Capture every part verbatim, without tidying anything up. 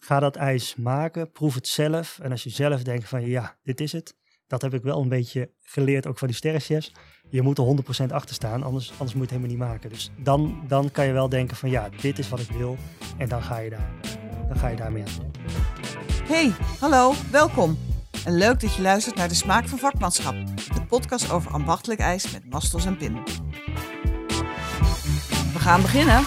ga dat ijs maken, proef het zelf. En als je zelf denkt van ja, dit is het. Dat heb ik wel een beetje geleerd ook van die sterrenchefs. Je moet er honderd procent achter staan, anders, anders moet je het helemaal niet maken. Dus dan, dan kan je wel denken van ja, dit is wat ik wil. En dan ga je, daar, dan ga je daarmee aan. Hey, hallo, welkom. En leuk dat je luistert naar De Smaak van Vakmanschap. De podcast over ambachtelijk ijs met Mastos en Pim. We gaan beginnen.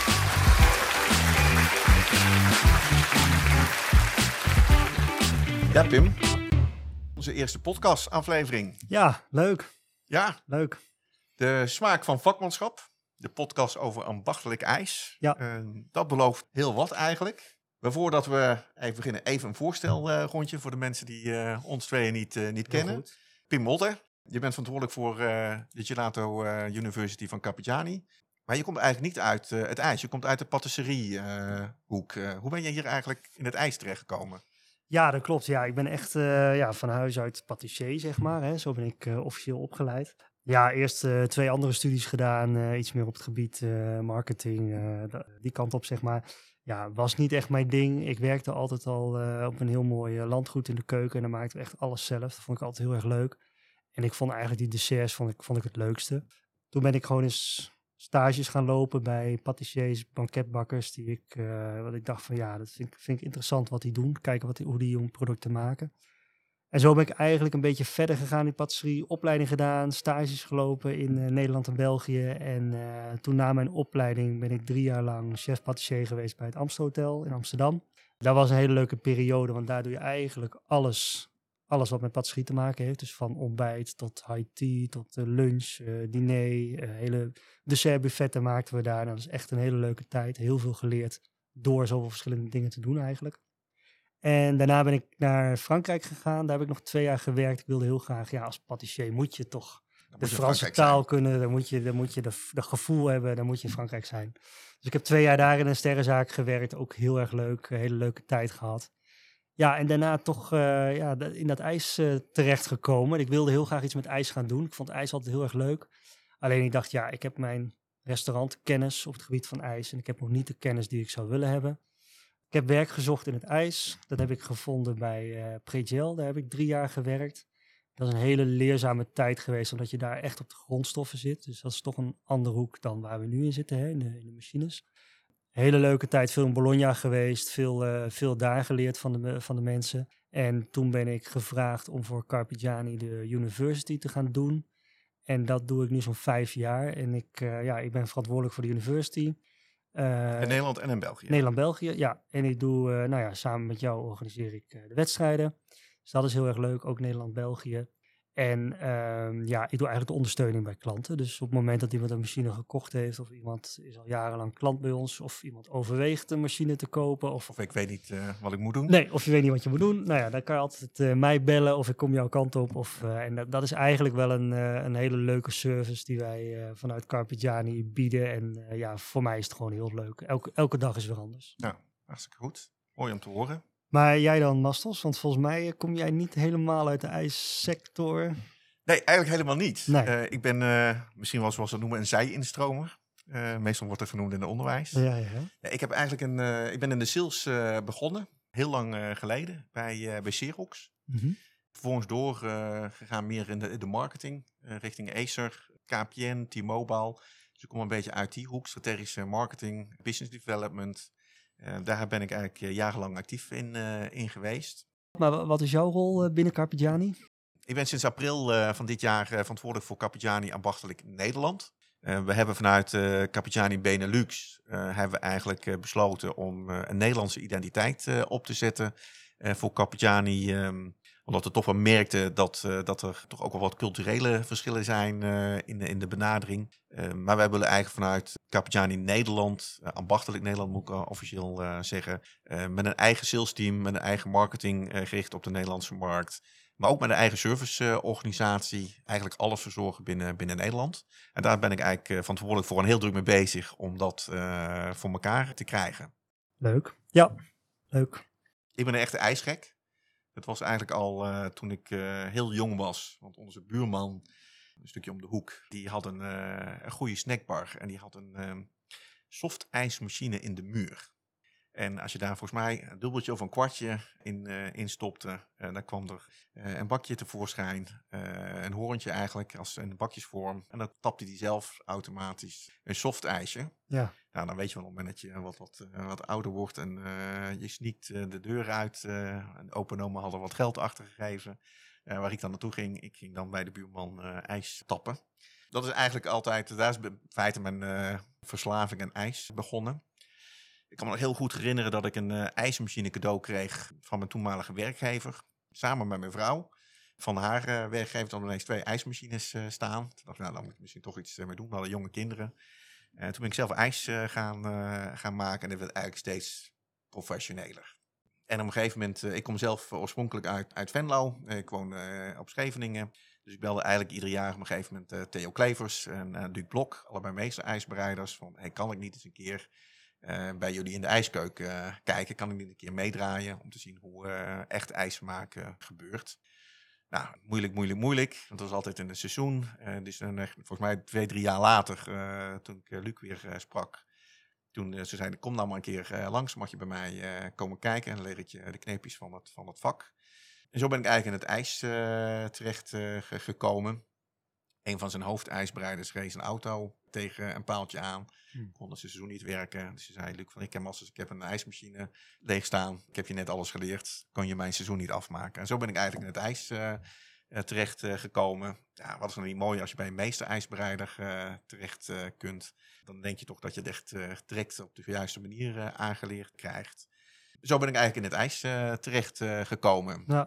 Ja, Pim. Onze eerste podcastaflevering. Ja, leuk. Ja, Leuk. De Smaak van Vakmanschap. De podcast over ambachtelijk ijs. Ja. Uh, dat belooft heel wat eigenlijk. Maar voordat we even beginnen, even een voorstelrondje uh, voor de mensen die uh, ons tweeën niet, uh, niet kennen. Goed. Pim Motter, je bent verantwoordelijk voor uh, de Gelato uh, University van Carpigiani. Maar je komt eigenlijk niet uit uh, het ijs, je komt uit de patisseriehoek. Uh, uh, hoe ben je hier eigenlijk in het ijs terechtgekomen? Ja, dat klopt. Ja, ik ben echt uh, ja, van huis uit patissier, zeg maar. Hè. Zo ben ik uh, officieel opgeleid. Ja, eerst uh, twee andere studies gedaan. Uh, iets meer op het gebied uh, marketing, uh, die kant op, zeg maar. Ja, was niet echt mijn ding. Ik werkte altijd al uh, op een heel mooi uh, landgoed in de keuken. En dan maakte ik echt alles zelf. Dat vond ik altijd heel erg leuk. En ik vond eigenlijk die desserts vond ik, vond ik het leukste. Toen ben ik gewoon eens stages gaan lopen bij patissiers, banketbakkers. Die ik, uh, wat ik dacht van ja, dat vind ik, vind ik interessant wat die doen. Kijken wat die, hoe die een producten maken. En zo ben ik eigenlijk een beetje verder gegaan in patisserie. Opleiding gedaan, stages gelopen in uh, Nederland en België. En uh, toen na mijn opleiding ben ik drie jaar lang chef patissier geweest bij het Amstel Hotel in Amsterdam. Dat was een hele leuke periode, want daar doe je eigenlijk alles, alles wat met patisserie te maken heeft. Dus van ontbijt tot high tea, tot uh, lunch, uh, diner, uh, hele dessertbuffetten maakten we daar. Dat was echt een hele leuke tijd. Heel veel geleerd door zoveel verschillende dingen te doen eigenlijk. En daarna ben ik naar Frankrijk gegaan. Daar heb ik nog twee jaar gewerkt. Ik wilde heel graag, ja, als patissier moet je toch dan de Franse taal zijn. kunnen. Dan moet je, dan moet je de, de gevoel hebben. Dan moet je in Frankrijk zijn. Dus ik heb twee jaar daar in een sterrenzaak gewerkt. Ook heel erg leuk. Een hele leuke tijd gehad. Ja, en daarna toch uh, ja, in dat ijs uh, terechtgekomen. Ik wilde heel graag iets met ijs gaan doen. Ik vond ijs altijd heel erg leuk. Alleen ik dacht, ja, ik heb mijn restaurantkennis op het gebied van ijs. En ik heb nog niet de kennis die ik zou willen hebben. Ik heb werk gezocht in het ijs. Dat heb ik gevonden bij uh, Pregel. Daar heb ik drie jaar gewerkt. Dat is een hele leerzame tijd geweest, omdat je daar echt op de grondstoffen zit. Dus dat is toch een andere hoek dan waar we nu in zitten, hè, in, de, in de machines. Hele leuke tijd, veel in Bologna geweest, veel, uh, veel daar geleerd van de, van de mensen. En toen ben ik gevraagd om voor Carpigiani de University te gaan doen. En dat doe ik nu zo'n vijf jaar. En ik, uh, ja, ik ben verantwoordelijk voor de University. Uh, in Nederland en in België. Nederland-België, ja. En ik doe, uh, nou ja, samen met jou organiseer ik uh, de wedstrijden. Dus dat is heel erg leuk, ook Nederland-België. En uh, ja, ik doe eigenlijk de ondersteuning bij klanten. Dus op het moment dat iemand een machine gekocht heeft, of iemand is al jarenlang klant bij ons, of iemand overweegt een machine te kopen. Of, of ik weet niet uh, wat ik moet doen. Nee, of je weet niet wat je moet doen. Nou ja, dan kan je altijd uh, mij bellen of ik kom jouw kant op. Of, uh, en dat, dat is eigenlijk wel een, uh, een hele leuke service die wij uh, vanuit Carpigiani bieden. En uh, ja, voor mij is het gewoon heel leuk. Elke, elke dag is weer anders. Nou, hartstikke goed. Mooi om te horen. Maar jij dan, Mastos? Want volgens mij kom jij niet helemaal uit de ijssector. Nee, eigenlijk helemaal niet. Nee. Uh, ik ben uh, misschien wel zoals ze dat noemen een zij-instromer. Uh, meestal wordt het genoemd in het onderwijs. Ja, ja. Ja, ik, heb eigenlijk een, uh, ik ben in de sales uh, begonnen, heel lang uh, geleden, bij, uh, bij Xerox. Mm-hmm. Vervolgens door uh, gegaan meer in de, in de marketing, uh, richting Acer, K P N, T-Mobile. Dus ik kom een beetje uit die hoek, strategische marketing, business development. Uh, daar ben ik eigenlijk uh, jarenlang actief in, uh, in geweest. Maar wat is jouw rol uh, binnen Carpigiani? Ik ben sinds april uh, van dit jaar uh, verantwoordelijk voor Carpigiani ambachtelijk Nederland. Uh, we hebben vanuit uh, Carpigiani Benelux uh, hebben we eigenlijk uh, besloten om uh, een Nederlandse identiteit uh, op te zetten uh, voor Carpigiani. Um, omdat we toch wel merkten dat, uh, dat er toch ook wel wat culturele verschillen zijn uh, in, de, in de benadering. Uh, maar wij willen eigenlijk vanuit Carpigiani Nederland, uh, ambachtelijk Nederland moet ik uh, officieel uh, zeggen, uh, met een eigen sales team, met een eigen marketing uh, gericht op de Nederlandse markt. Maar ook met een eigen serviceorganisatie, uh, eigenlijk alles verzorgen binnen, binnen Nederland. En daar ben ik eigenlijk uh, verantwoordelijk voor en heel druk mee bezig om dat uh, voor elkaar te krijgen. Leuk. Ja, leuk. Ik ben een echte ijsgek. Dat was eigenlijk al uh, toen ik uh, heel jong was. Want onze buurman, een stukje om de hoek, die had een, uh, een goede snackbar. En die had een uh, soft ijsmachine in de muur. En als je daar volgens mij een dubbeltje of een kwartje in, uh, in stopte, uh, dan kwam er uh, een bakje tevoorschijn. Uh, een hoorntje eigenlijk, als in bakjesvorm. En dan tapte hij zelf automatisch een soft ijsje. Ja. Nou, dan weet je wel op het moment dat je wat, wat, uh, wat ouder wordt en uh, je sneakt uh, de deur uit. Uh, en opa en oma hadden wat geld achtergegeven. Uh, waar ik dan naartoe ging, ik ging dan bij de buurman uh, ijs tappen. Dat is eigenlijk altijd, daar is in feite mijn uh, verslaving aan ijs begonnen. Ik kan me nog heel goed herinneren dat ik een uh, ijsmachine cadeau kreeg van mijn toenmalige werkgever. Samen met mijn vrouw. Van haar uh, werkgever hadden we ineens twee ijsmachines uh, staan. Toen dacht ik, nou, dan moet ik misschien toch iets uh, mee doen. We hadden jonge kinderen. Uh, toen ben ik zelf ijs uh, gaan, uh, gaan maken. En dat werd eigenlijk steeds professioneler. En op een gegeven moment, uh, ik kom zelf oorspronkelijk uit, uit Venlo. Uh, ik woon uh, op Scheveningen. Dus ik belde eigenlijk ieder jaar op een gegeven moment uh, Theo Klevers en uh, Duc Blok. Allebei meesterijsbereiders. Van, hey, kan ik niet eens een keer uh, bij jullie in de ijskeuken uh, kijken? Kan ik niet een keer meedraaien om te zien hoe uh, echt ijs maken gebeurt? Nou, moeilijk, moeilijk, moeilijk. Want dat was altijd in het seizoen. Uh, dus uh, volgens mij twee, drie jaar later, uh, toen ik uh, Luc weer uh, sprak. Toen uh, ze zeiden, kom nou maar een keer uh, langs. Mag je bij mij uh, komen kijken. En dan leer ik je de kneepjes van het, van het vak. En zo ben ik eigenlijk in het ijs uh, terecht uh, ge- gekomen. Een van zijn hoofdijsbereiders reed een auto tegen een paaltje aan. Hmm. Kon het seizoen niet werken. Dus ze zei, Luc, van, ik, heb als, ik heb een ijsmachine leeg staan. Ik heb je net alles geleerd. Kon je mijn seizoen niet afmaken? En zo ben ik eigenlijk in het ijs uh, uh, terecht uh, gekomen. Ja, wat is nou niet mooi als je bij een meesterijsbereider uh, terecht uh, kunt. Dan denk je toch dat je het echt uh, direct op de juiste manier uh, aangeleerd krijgt. Zo ben ik eigenlijk in het ijs uh, terecht uh, gekomen. Ja.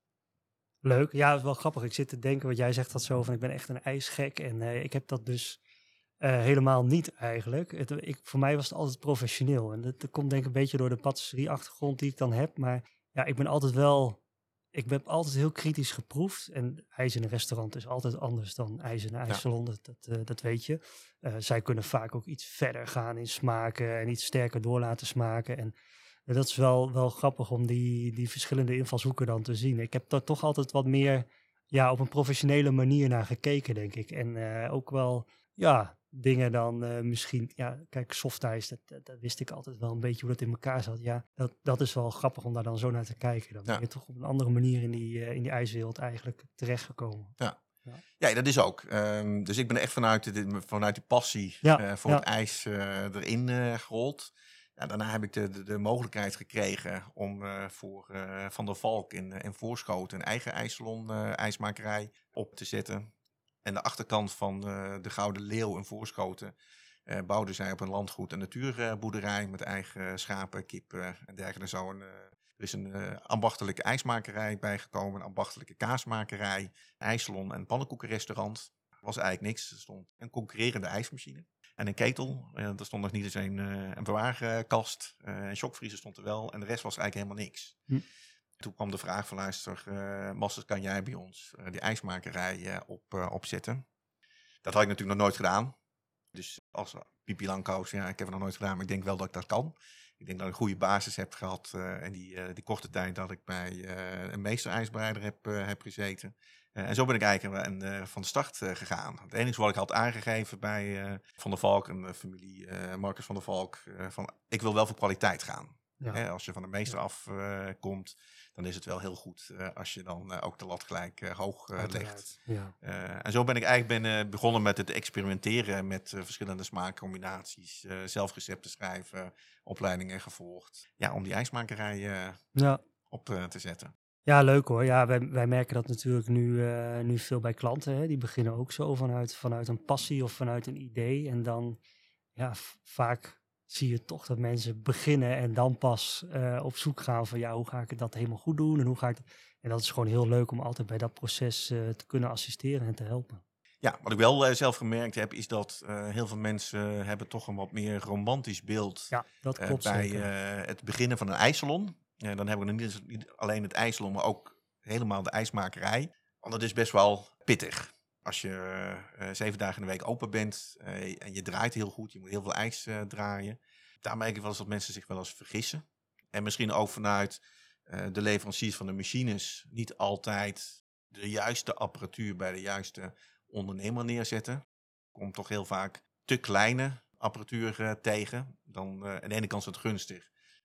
Leuk. Ja, het is wel grappig. Ik zit te denken, wat jij zegt dat zo van, ik ben echt een ijsgek. En uh, ik heb dat dus uh, helemaal niet eigenlijk. Het, ik, voor mij was het altijd professioneel. En dat, dat komt denk ik een beetje door de patisserie-achtergrond die ik dan heb. Maar ja, ik ben altijd wel, ik heb altijd heel kritisch geproefd. En ijs in een restaurant is altijd anders dan ijs in een ijssalon. Ja. Dat, dat, uh, dat weet je. Uh, zij kunnen vaak ook iets verder gaan in smaken en iets sterker door laten smaken. En ja, dat is wel, wel grappig om die, die verschillende invalshoeken dan te zien. Ik heb daar toch altijd wat meer ja, op een professionele manier naar gekeken, denk ik. En uh, ook wel ja, dingen dan uh, misschien... Ja, kijk, softijs, dat, dat, dat wist ik altijd wel een beetje hoe dat in elkaar zat. Ja, dat, dat is wel grappig om daar dan zo naar te kijken. Dan ja. ben je toch op een andere manier in die, uh, in die ijswereld eigenlijk terechtgekomen. Ja. Ja. Ja, dat is ook. Um, dus ik ben echt vanuit, de, vanuit die passie ja. uh, voor ja. het ijs uh, erin uh, gerold. Ja, daarna heb ik de, de, de mogelijkheid gekregen om uh, voor uh, Van der Valk in, in Voorschoten een eigen ijssalon, uh, ijsmakerij op te zetten. En de achterkant van uh, de Gouden Leeuw in Voorschoten uh, bouwden zij op een landgoed een natuurboerderij met eigen schapen, kippen en dergelijke. Zo een, uh, er is een uh, ambachtelijke ijsmakerij bijgekomen, een ambachtelijke kaasmakerij, ijssalon en pannenkoekenrestaurant. Er was eigenlijk niks. Er stond een concurrerende ijsmachine. En een ketel, uh, er stond nog niet eens een, uh, een bewaarkast. Uh, een shockvriezer stond er wel en de rest was eigenlijk helemaal niks. Hm. Toen kwam de vraag van luister, uh, Masters, kan jij bij ons uh, die ijsmakerij uh, op, uh, opzetten? Dat had ik natuurlijk nog nooit gedaan. Dus als Pipi Langkous, ja, ik heb het nog nooit gedaan, maar ik denk wel dat ik dat kan. Ik denk dat ik een goede basis heb gehad uh, in die, uh, die korte tijd dat ik bij uh, een meesterijsbereider heb, uh, heb gezeten. Uh, en zo ben ik eigenlijk een, uh, van de start uh, gegaan. Het enige wat ik had aangegeven bij uh, Van der Valk, een uh, familie uh, Marcus van der Valk, uh, van ik wil wel voor kwaliteit gaan. Ja. Hè, als je van de meester ja. af uh, komt, dan is het wel heel goed uh, als je dan uh, ook de lat gelijk uh, hoog uh, legt. Ja. Uh, en zo ben ik eigenlijk ben, uh, begonnen met het experimenteren met uh, verschillende smaakcombinaties, uh, zelf recepten schrijven, opleidingen gevolgd. Ja, om die ijsmakerij uh, ja. op uh, te zetten. Ja, leuk hoor. Ja, wij, wij merken dat natuurlijk nu, uh, nu veel bij klanten. Hè. Die beginnen ook zo vanuit, vanuit een passie of vanuit een idee. En dan ja, v- vaak zie je toch dat mensen beginnen en dan pas uh, op zoek gaan van ja, hoe ga ik dat helemaal goed doen en hoe ga ik dat... En dat is gewoon heel leuk om altijd bij dat proces uh, te kunnen assisteren en te helpen. Ja, wat ik wel uh, zelf gemerkt heb, is dat uh, heel veel mensen uh, hebben toch een wat meer romantisch beeld ja, dat klopt, uh, bij uh, het beginnen van een ijssalon. Ja, dan hebben we niet, niet alleen het ijssalon, maar ook helemaal de ijsmakerij. Want dat is best wel pittig. Als je uh, zeven dagen in de week open bent uh, en je draait heel goed, je moet heel veel ijs uh, draaien. Daar merk ik wel eens dat mensen zich wel eens vergissen. En misschien ook vanuit uh, de leveranciers van de machines niet altijd de juiste apparatuur bij de juiste ondernemer neerzetten. Komt toch heel vaak te kleine apparatuur uh, tegen. Dan uh, aan de ene kant is het gunstig.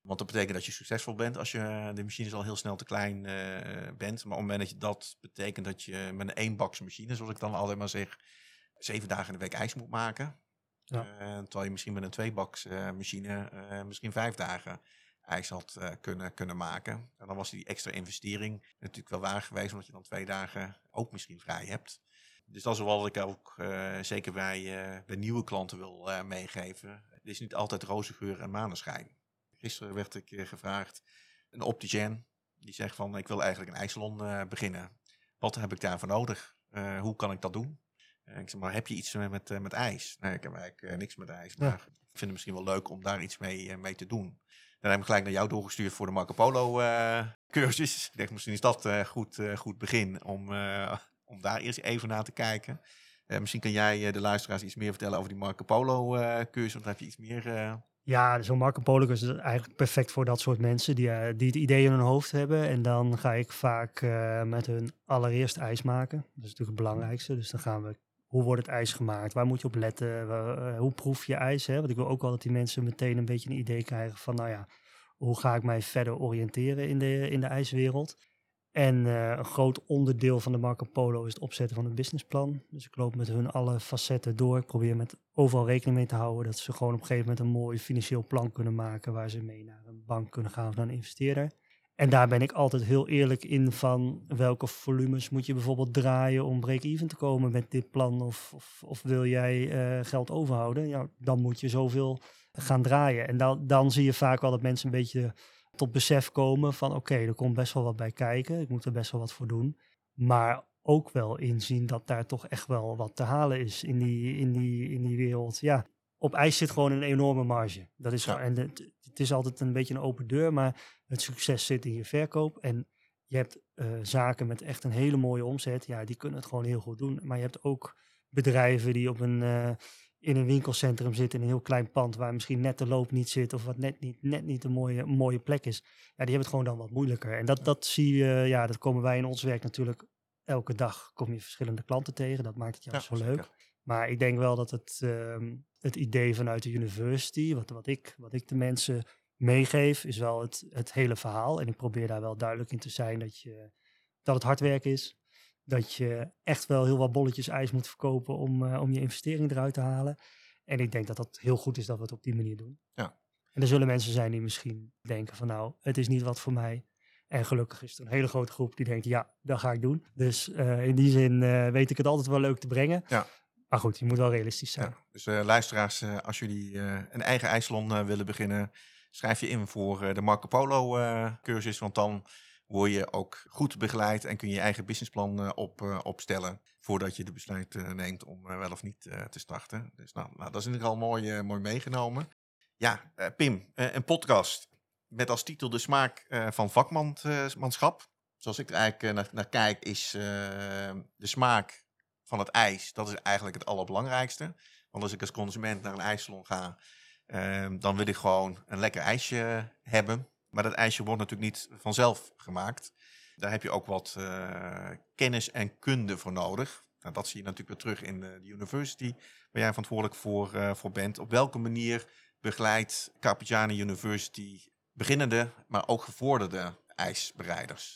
Want dat betekent dat je succesvol bent als je de machines al heel snel te klein uh, bent. Maar op het moment dat je dat betekent dat je met een eenbaks machine, zoals ik dan altijd maar zeg, zeven dagen in de week ijs moet maken. Ja. Uh, terwijl je misschien met een tweebaks uh, machine uh, misschien vijf dagen ijs had uh, kunnen, kunnen maken. En dan was die extra investering natuurlijk wel waar geweest, omdat je dan twee dagen ook misschien vrij hebt. Dus dat is wat ik ook uh, zeker bij, uh, bij nieuwe klanten wil uh, meegeven. Het is niet altijd roze geur en maneschijn. Gisteren werd ik uh, gevraagd, een opticien, die zegt van ik wil eigenlijk een ijssalon uh, beginnen. Wat heb ik daarvoor nodig? Uh, hoe kan ik dat doen? Uh, ik zeg maar, heb je iets met, uh, met ijs? Nee, ik heb eigenlijk uh, niks met ijs, maar ja. Ik vind het misschien wel leuk om daar iets mee, uh, mee te doen. Dan heb ik gelijk naar jou doorgestuurd voor de Marco Polo uh, cursus. Ik dacht, misschien is dat een uh, goed, uh, goed begin om, uh, om daar eerst even naar te kijken. Uh, misschien kan jij uh, de luisteraars iets meer vertellen over die Marco Polo uh, cursus. Want dan heb je iets meer... Uh... Ja, zo'n Marco Polo cursus is eigenlijk perfect voor dat soort mensen die, uh, die het idee in hun hoofd hebben. En dan ga ik vaak uh, met hun allereerst ijs maken. Dat is natuurlijk het belangrijkste. Dus dan gaan we... Hoe wordt het ijs gemaakt? Waar moet je op letten? Uh, hoe proef je ijs? Hè? Want ik wil ook wel dat die mensen meteen een beetje een idee krijgen van, nou ja, hoe ga ik mij verder oriënteren in de, in de ijswereld? En uh, een groot onderdeel van de Marco Polo is het opzetten van een businessplan. Dus ik loop met hun alle facetten door. Ik probeer met overal rekening mee te houden dat ze gewoon op een gegeven moment een mooi financieel plan kunnen maken waar ze mee naar een bank kunnen gaan of naar een investeerder. En daar ben ik altijd heel eerlijk in van welke volumes moet je bijvoorbeeld draaien om break-even te komen met dit plan. Of, of, of wil jij uh, geld overhouden? Ja, dan moet je zoveel gaan draaien. En dan, dan zie je vaak wel dat mensen een beetje tot besef komen van oké, okay, er komt best wel wat bij kijken. Ik moet er best wel wat voor doen. Maar ook wel inzien dat daar toch echt wel wat te halen is in die, in die, in die wereld. Ja, op ijs zit gewoon een enorme marge. Dat is ja. gewoon, en het, het is altijd een beetje een open deur, maar het succes zit in je verkoop. En je hebt uh, zaken met echt een hele mooie omzet. Ja, die kunnen het gewoon heel goed doen. Maar je hebt ook bedrijven die op een, uh, in een winkelcentrum zitten, in een heel klein pand, waar misschien net de loop niet zit of wat net niet, net niet een mooie, een mooie plek is. Ja, die hebben het gewoon dan wat moeilijker. En dat, dat zie je, ja, dat komen wij in ons werk natuurlijk elke dag. Kom je verschillende klanten tegen. Dat maakt het juist ja, zo leuk. Zeker. Maar ik denk wel dat het, um, het idee vanuit de university, wat, wat, ik, wat ik de mensen meegeef, is wel het, het hele verhaal. En ik probeer daar wel duidelijk in te zijn dat, je, dat het hard werk is. Dat je echt wel heel wat bolletjes ijs moet verkopen om, uh, om je investering eruit te halen. En ik denk dat dat heel goed is dat we het op die manier doen. Ja. En er zullen mensen zijn die misschien denken van nou, het is niet wat voor mij. En gelukkig is er een hele grote groep die denkt ja, dat ga ik doen. Dus uh, in die zin uh, weet ik het altijd wel leuk te brengen. Ja. Maar goed, je moet wel realistisch zijn. Ja, dus uh, luisteraars, uh, als jullie uh, een eigen ijssalon uh, willen beginnen, schrijf je in voor uh, de Marco Polo uh, cursus. Want dan word je ook goed begeleid en kun je je eigen businessplan uh, op, uh, opstellen voordat je de besluit uh, neemt om uh, wel of niet uh, te starten. Dus nou, nou, dat is in ieder geval mooi, uh, mooi meegenomen. Ja, uh, Pim, uh, een podcast met als titel de smaak uh, van vakmanschap. Zoals ik er eigenlijk uh, naar, naar kijk is uh, de smaak van het ijs. Dat is eigenlijk het allerbelangrijkste. Want als ik als consument naar een ijssalon ga, uh, dan wil ik gewoon een lekker ijsje hebben. Maar dat ijsje wordt natuurlijk niet vanzelf gemaakt. Daar heb je ook wat uh, kennis en kunde voor nodig. Nou, dat zie je natuurlijk weer terug in de, de university, waar jij verantwoordelijk voor, uh, voor bent. Op welke manier begeleidt Carpigiani University beginnende, maar ook gevorderde ijsbereiders?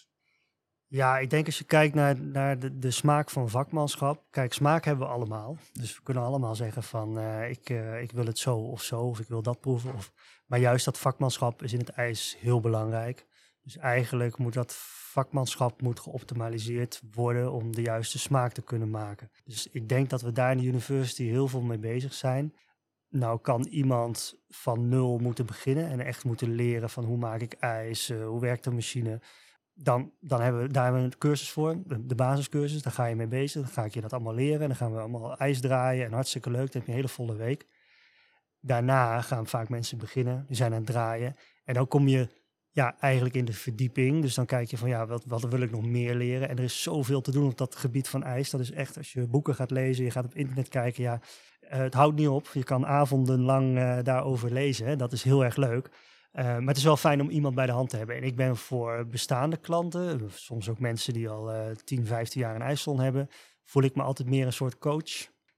Ja, ik denk als je kijkt naar, naar de, de smaak van vakmanschap. Kijk, smaak hebben we allemaal. Dus we kunnen allemaal zeggen van uh, ik, uh, ik wil het zo of zo, of ik wil dat proeven. Of, maar juist dat vakmanschap is in het ijs heel belangrijk. Dus eigenlijk moet dat vakmanschap moet geoptimaliseerd worden om de juiste smaak te kunnen maken. Dus ik denk dat we daar in de university heel veel mee bezig zijn. Nou kan iemand van nul moeten beginnen en echt moeten leren van hoe maak ik ijs, uh, hoe werkt de machine. Dan, dan hebben we daar hebben we een cursus voor, de, de basiscursus. Daar ga je mee bezig, dan ga ik je dat allemaal leren. En dan gaan we allemaal ijs draaien en hartstikke leuk. Dan heb je een hele volle week. Daarna gaan vaak mensen beginnen, die zijn aan het draaien. En dan kom je ja, eigenlijk in de verdieping. Dus dan kijk je van ja, wat, wat wil ik nog meer leren? En er is zoveel te doen op dat gebied van ijs. Dat is echt, als je boeken gaat lezen, je gaat op internet kijken. Ja, uh, het houdt niet op. Je kan avondenlang uh, daarover lezen. Hè. Dat is heel erg leuk. Uh, maar het is wel fijn om iemand bij de hand te hebben. En ik ben voor bestaande klanten, soms ook mensen die al uh, tien, vijftien jaar een ijssalon hebben, voel ik me altijd meer een soort coach.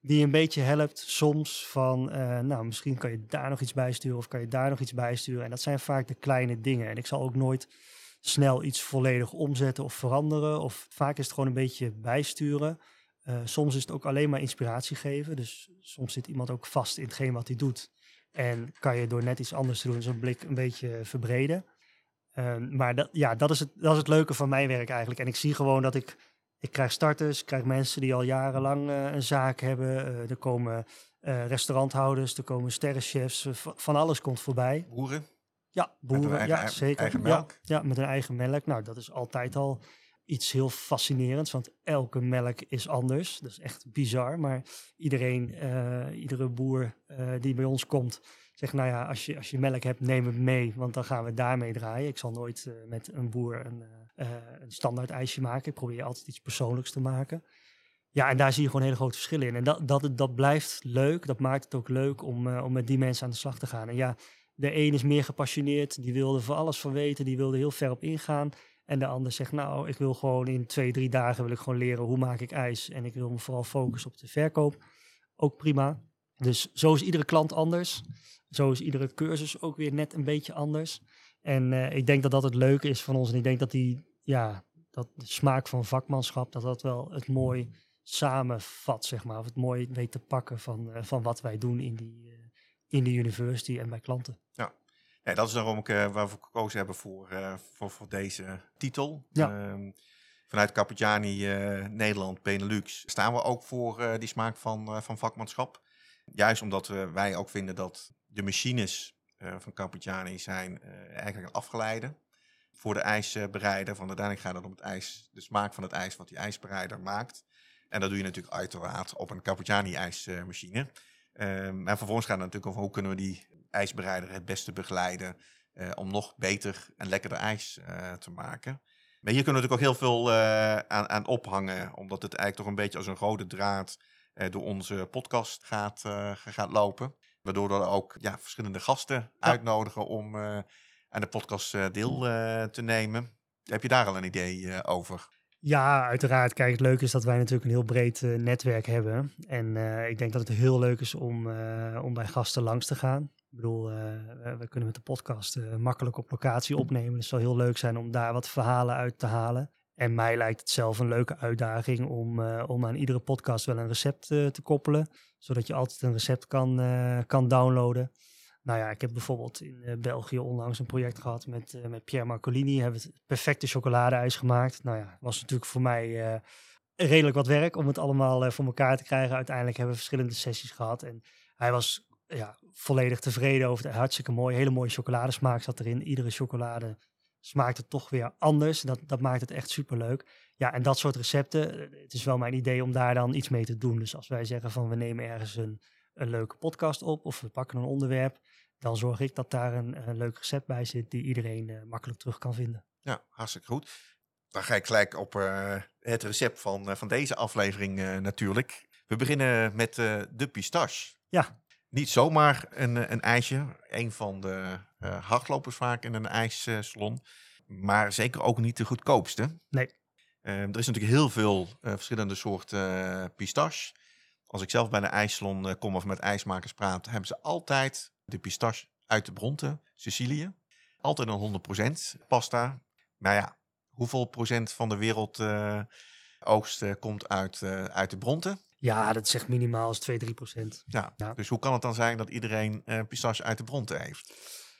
die een beetje helpt soms van, uh, nou, misschien kan je daar nog iets bij sturen of kan je daar nog iets bij sturen. En dat zijn vaak de kleine dingen. En ik zal ook nooit snel iets volledig omzetten of veranderen. Of vaak is het gewoon een beetje bijsturen. Uh, soms is het ook alleen maar inspiratie geven. Dus soms zit iemand ook vast in hetgeen wat hij doet. En kan je door net iets anders te doen zijn blik een beetje verbreden. Uh, maar dat, ja, dat is, het, dat is het leuke van mijn werk eigenlijk. En ik zie gewoon dat ik, ik krijg starters, ik krijg mensen die al jarenlang uh, een zaak hebben. Uh, er komen uh, restauranthouders, er komen sterrenchefs, uh, v- van alles komt voorbij. Boeren? Ja, boeren, Met eigen, ja, zeker. Eigen melk? Ja, ja, met een eigen melk. Nou, dat is altijd al iets heel fascinerends, want elke melk is anders. Dat is echt bizar, maar iedereen, uh, iedere boer uh, die bij ons komt, zegt, nou ja, als je, als je melk hebt, neem het mee, want dan gaan we daarmee draaien. Ik zal nooit uh, met een boer een, uh, een standaard ijsje maken. Ik probeer altijd iets persoonlijks te maken. Ja, en daar zie je gewoon hele grote verschillen in. En dat, dat, dat blijft leuk, dat maakt het ook leuk om, uh, om met die mensen aan de slag te gaan. En ja, de een is meer gepassioneerd, die wilde voor alles van weten, die wilde heel ver op ingaan. En de ander zegt, nou, ik wil gewoon in twee, drie dagen wil ik gewoon leren hoe maak ik ijs. En ik wil me vooral focussen op de verkoop. Ook prima. Dus zo is iedere klant anders. Zo is iedere cursus ook weer net een beetje anders. En uh, ik denk dat dat het leuke is van ons. En ik denk dat die, ja, dat de smaak van vakmanschap, dat dat wel het mooi samenvat, zeg maar. Of het mooi weet te pakken van, uh, van wat wij doen in die, uh, in de university en bij klanten. Ja. Ja, dat is daarom ook, uh, waar we gekozen hebben voor, uh, voor, voor deze titel. Ja. Um, vanuit Carpigiani uh, Nederland, Benelux, staan we ook voor uh, die smaak van, uh, van vakmanschap. Juist omdat we, wij ook vinden dat de machines uh, van Carpigiani zijn uh, eigenlijk een afgeleide voor de ijsbereider. Van uiteindelijk gaat het om het ijs, de smaak van het ijs wat die ijsbereider maakt. En dat doe je natuurlijk uiteraard op een Carpigiani ijsmachine. Um, en vervolgens gaat het natuurlijk over hoe kunnen we die ijsbereider het beste begeleiden uh, om nog beter en lekkerder ijs uh, te maken. Maar hier kunnen we natuurlijk ook heel veel uh, aan, aan ophangen, omdat het eigenlijk toch een beetje als een rode draad uh, door onze podcast gaat, uh, gaat lopen. Waardoor we ook ja, verschillende gasten ja. uitnodigen om uh, aan de podcast uh, deel uh, te nemen. Heb je daar al een idee uh, over? Ja, uiteraard. Kijk, het leuke is dat wij natuurlijk een heel breed uh, netwerk hebben. En uh, ik denk dat het heel leuk is om, uh, om bij gasten langs te gaan. Ik bedoel, uh, we kunnen met de podcast uh, makkelijk op locatie opnemen. Dus het zal heel leuk zijn om daar wat verhalen uit te halen. En mij lijkt het zelf een leuke uitdaging om, uh, om aan iedere podcast wel een recept uh, te koppelen. Zodat je altijd een recept kan, uh, kan downloaden. Nou ja, ik heb bijvoorbeeld in uh, België onlangs een project gehad met, uh, met Pierre Marcolini. Hebben we het perfecte chocoladeijs gemaakt. Nou ja, was natuurlijk voor mij uh, redelijk wat werk om het allemaal uh, voor elkaar te krijgen. Uiteindelijk hebben we verschillende sessies gehad. En hij was ja, volledig tevreden over het. Hartstikke mooi. Hele mooie chocoladesmaak zat erin. Iedere chocolade smaakte toch weer anders. Dat, dat maakt het echt superleuk. Ja, en dat soort recepten. Het is wel mijn idee om daar dan iets mee te doen. Dus als wij zeggen van we nemen ergens een, een leuke podcast op. Of we pakken een onderwerp. Dan zorg ik dat daar een, een leuk recept bij zit die iedereen uh, makkelijk terug kan vinden. Ja, hartstikke goed. Dan ga ik gelijk op uh, het recept van, uh, van deze aflevering uh, natuurlijk. We beginnen met uh, de pistache. Ja. Niet zomaar een, een ijsje. Een van de uh, hardlopers vaak in een ijssalon. Maar zeker ook niet de goedkoopste. Nee. Uh, er is natuurlijk heel veel uh, verschillende soorten uh, pistache. Als ik zelf bij een ijssalon uh, kom of met ijsmakers praat, hebben ze altijd de pistache uit de Bronte, Sicilië. Altijd een honderd procent pasta. Maar ja, hoeveel procent van de wereld uh, oogst uh, komt uit, uh, uit de Bronte? Ja, dat zegt minimaal is twee, drie procent. Ja, ja, dus hoe kan het dan zijn dat iedereen uh, pistache uit de Bronte heeft?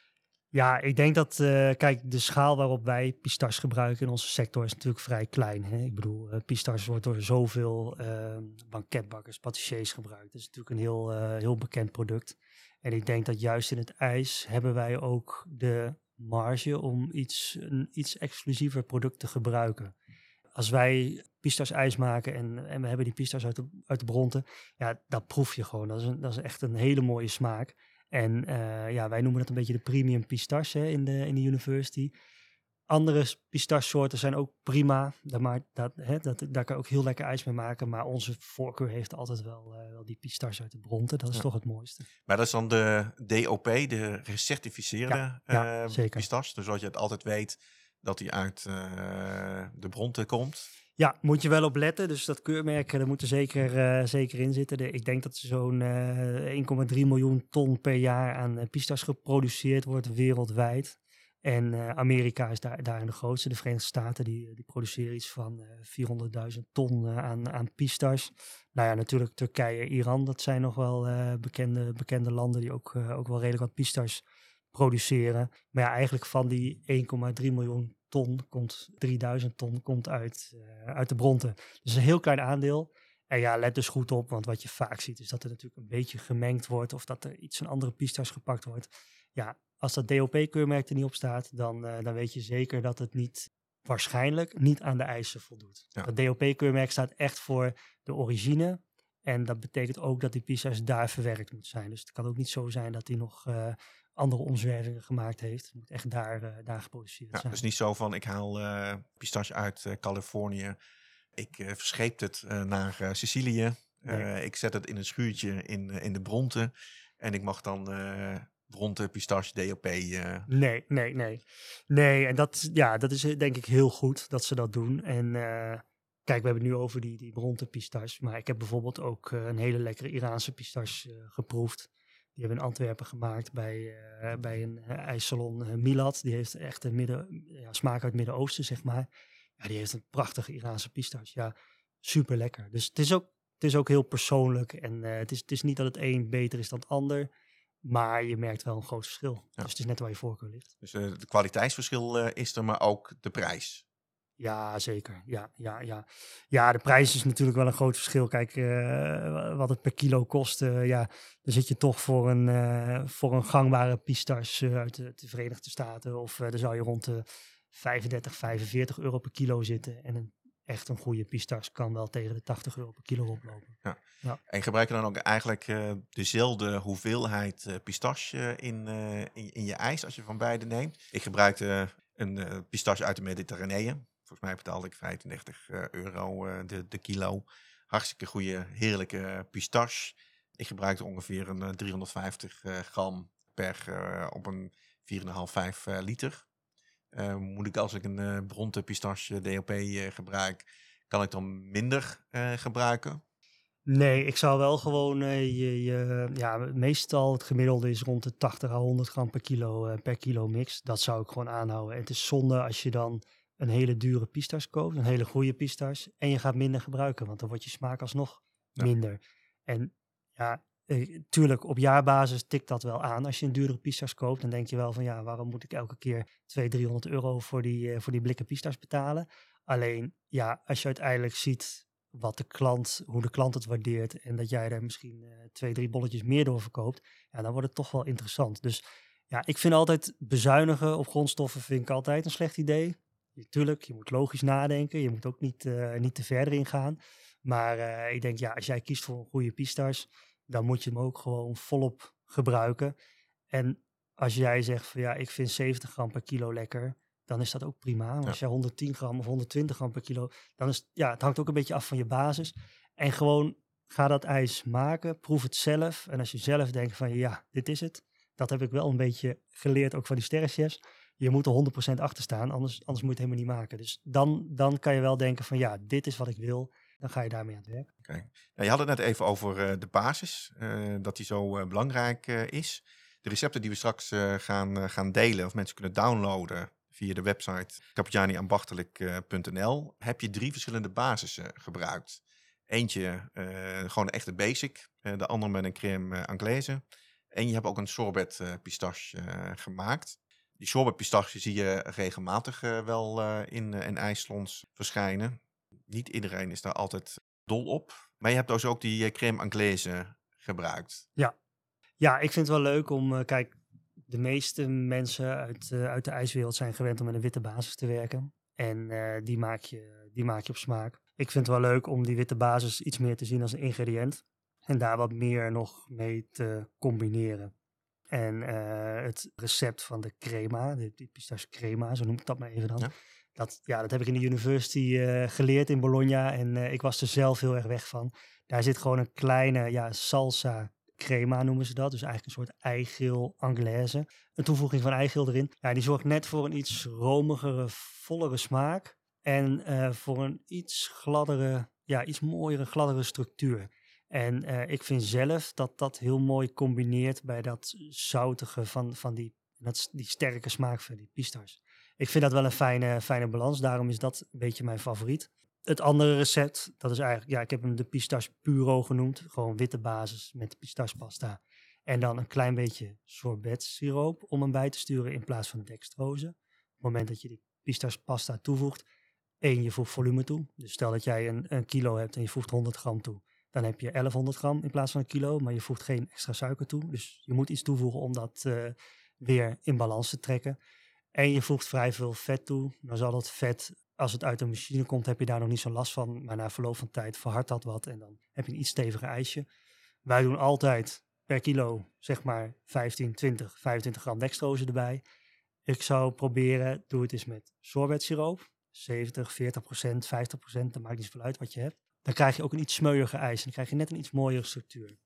Ja, ik denk dat, uh, kijk, de schaal waarop wij pistache gebruiken in onze sector is natuurlijk vrij klein. Hè? Ik bedoel, uh, pistache wordt door zoveel uh, banketbakkers, patissiers gebruikt. Dat is natuurlijk een heel, uh, heel bekend product. En ik denk dat juist in het ijs hebben wij ook de marge om iets, een iets exclusiever product te gebruiken. Als wij pistache ijs maken en, en we hebben die pistache uit de, uit de Bronte, ja, dat proef je gewoon. Dat is, een, dat is echt een hele mooie smaak. En uh, ja, wij noemen het een beetje de premium pistache hè, in, de, in de university. Andere pistache-soorten zijn ook prima. Daar, maar, dat, hè, dat, daar kan je ook heel lekker ijs mee maken. Maar onze voorkeur heeft altijd wel, uh, wel die pistache uit de Bronte. Dat is ja. toch het mooiste. Maar dat is dan de D O P, de gecertificeerde ja, ja, uh, pistache. Dus zodat je het altijd weet dat die uit uh, de Bronte komt. Ja, moet je wel op letten. Dus dat keurmerk, daar moet er zeker, uh, zeker in zitten. De, ik denk dat er zo'n uh, één komma drie miljoen ton per jaar aan uh, pistas geproduceerd wordt wereldwijd. En uh, Amerika is daar, daarin de grootste. De Verenigde Staten die, die produceren iets van uh, vierhonderdduizend ton uh, aan, aan pistas. Nou ja, natuurlijk Turkije, Iran, dat zijn nog wel uh, bekende, bekende landen die ook, uh, ook wel redelijk wat pistas produceren. Maar ja, eigenlijk van die één komma drie miljoen ton komt drieduizend ton komt uit, uh, uit de Bronten. Dus een heel klein aandeel. En ja, let dus goed op, want wat je vaak ziet is dat er natuurlijk een beetje gemengd wordt of dat er iets van andere pistas gepakt wordt. Ja, als dat D O P-keurmerk er niet op staat, dan, uh, dan weet je zeker dat het niet, waarschijnlijk niet aan de eisen voldoet. Ja. Dat D O P-keurmerk staat echt voor de origine. En dat betekent ook dat die pistas daar verwerkt moet zijn. Dus het kan ook niet zo zijn dat die nog uh, andere omzwervingen gemaakt heeft. Het moet echt daar, uh, daar geproduceerd Ja, zijn. dus niet zo van ik haal uh, pistache uit uh, Californië. Ik uh, verscheep het uh, naar uh, Sicilië. Nee. Uh, ik zet het in een schuurtje in, uh, in de Bronten. En ik mag dan uh, Bronten, pistache, D O P... Uh... Nee, nee, nee. Nee, en dat, ja, dat is denk ik heel goed dat ze dat doen. En uh, kijk, we hebben het nu over die, die Bronten pistache. Maar ik heb bijvoorbeeld ook uh, een hele lekkere Iraanse pistache uh, geproefd. Die hebben we in Antwerpen gemaakt bij, uh, bij een uh, ijssalon uh, Milad. Die heeft echt een midden, ja, smaak uit het Midden-Oosten, zeg maar. Ja, die heeft een prachtige Iraanse pistache. Ja, super lekker. Dus het is ook, het is ook heel persoonlijk. En uh, het, is, het is niet dat het een beter is dan het ander. Maar je merkt wel een groot verschil. Ja. Dus het is net waar je voorkeur ligt. Dus uh, het kwaliteitsverschil uh, is er, maar ook de prijs. Ja, zeker. Ja, ja, ja. ja, de prijs is natuurlijk wel een groot verschil. Kijk, uh, wat het per kilo kost. Uh, ja, dan zit je toch voor een, uh, voor een gangbare pistache uh, uit de, de Verenigde Staten. Of uh, dan zou je rond de vijfendertig, vijfenveertig euro per kilo zitten. En een, echt een goede pistache kan wel tegen de tachtig euro per kilo oplopen. Ja. Ja. En gebruik je dan ook eigenlijk uh, dezelfde hoeveelheid uh, pistache uh, in, uh, in, in je ijs als je van beide neemt? Ik gebruikte uh, een uh, pistache uit de Mediterranee. Volgens mij betaalde ik vijfendertig euro uh, de, de kilo. Hartstikke goede, heerlijke pistache. Ik gebruikte ongeveer een uh, driehonderdvijftig uh, gram per uh, op een vier komma vijf, vijf uh, liter. Uh, moet ik als ik een uh, Bronten pistache D O P uh, gebruik, kan ik dan minder uh, gebruiken? Nee, ik zou wel gewoon, uh, je, je, ja, meestal het gemiddelde is rond de tachtig à honderd gram per kilo, uh, per kilo mix. Dat zou ik gewoon aanhouden. En het is zonde als je dan een hele dure pistache koopt, een hele goede pistache, en je gaat minder gebruiken, want dan wordt je smaak alsnog ja. minder. En ja, eh, tuurlijk, op jaarbasis tikt dat wel aan. Als je een dure pistache koopt, dan denk je wel van ja, waarom moet ik elke keer tweehonderd, driehonderd euro voor die, uh, voor die blikken pistache betalen? Alleen, ja, als je uiteindelijk ziet wat de klant, hoe de klant het waardeert en dat jij er misschien uh, twee, drie bolletjes meer door verkoopt, ja, dan wordt het toch wel interessant. Dus ja, ik vind altijd bezuinigen op grondstoffen vind ik altijd een slecht idee. Tuurlijk, je moet logisch nadenken. Je moet ook niet, uh, niet te verder ingaan. Maar uh, ik denk, ja, als jij kiest voor een goede pistache, dan moet je hem ook gewoon volop gebruiken. En als jij zegt van ja, ik vind zeventig gram per kilo lekker, dan is dat ook prima. Maar ja. als jij honderdtien gram of honderdtwintig gram per kilo, dan is ja, het hangt ook een beetje af van je basis. En gewoon ga dat ijs maken, proef het zelf. En als je zelf denkt van ja, dit is het. Dat heb ik wel een beetje geleerd ook van die sterrenchefs. Je moet er honderd procent achter staan, anders, anders moet je het helemaal niet maken. Dus dan, dan kan je wel denken van ja, dit is wat ik wil. Dan ga je daarmee aan het werk. Okay. Ja, je had het net even over uh, de basis, uh, dat die zo uh, belangrijk uh, is. De recepten die we straks uh, gaan, uh, gaan delen of mensen kunnen downloaden via de website capitani ambachtelijk punt n l, heb je drie verschillende basissen gebruikt. Eentje uh, gewoon echt de basic, uh, de andere met een crème anglaise. En je hebt ook een sorbet uh, pistache uh, gemaakt. Die sorbet pistache zie je regelmatig uh, wel uh, in, uh, in ijssalons verschijnen. Niet iedereen is daar altijd dol op. Maar je hebt dus ook die uh, crème anglaise gebruikt. Ja. ja, ik vind het wel leuk om... Uh, kijk, de meeste mensen uit, uh, uit de ijswereld zijn gewend om met een witte basis te werken. En uh, die, maak je, die maak je op smaak. Ik vind het wel leuk om die witte basis iets meer te zien als een ingrediënt. En daar wat meer nog mee te combineren. En uh, het recept van de crema, de, die pistache crema, zo noem ik dat maar even dan. Ja. Dat, ja, dat heb ik in de university uh, geleerd in Bologna en uh, ik was er zelf heel erg weg van. Daar zit gewoon een kleine ja, salsa crema noemen ze dat. Dus eigenlijk een soort eigeel anglaise. Een toevoeging van eigeel erin. Ja, die zorgt net voor een iets romigere, vollere smaak. En uh, voor een iets gladdere, ja, iets mooiere, gladdere structuur. En uh, ik vind zelf dat dat heel mooi combineert bij dat zoutige van, van die, dat, die sterke smaak van die pistas. Ik vind dat wel een fijne, fijne balans, daarom is dat een beetje mijn favoriet. Het andere recept, dat is eigenlijk, ja, ik heb hem de pistache puro genoemd. Gewoon witte basis met pistachepasta. En dan een klein beetje sorbet-siroop om hem bij te sturen in plaats van dextrose. Op het moment dat je die pistachepasta toevoegt, één, je voegt volume toe. Dus stel dat jij een, een kilo hebt en je voegt honderd gram toe. Dan heb je elfhonderd gram in plaats van een kilo, maar je voegt geen extra suiker toe. Dus je moet iets toevoegen om dat uh, weer in balans te trekken. En je voegt vrij veel vet toe. Dan zal dat vet, als het uit de machine komt, heb je daar nog niet zo last van. Maar na verloop van tijd verhardt dat wat en dan heb je een iets steviger ijsje. Wij doen altijd per kilo, zeg maar vijftien, twintig, vijfentwintig gram dextrose erbij. Ik zou proberen, doe het eens met sorbet-siroop. zeventig, veertig procent, vijftig procent, dat maakt niet zoveel uit wat je hebt. Dan krijg je ook een iets smeuiger ijs. En dan krijg je net een iets mooiere structuur.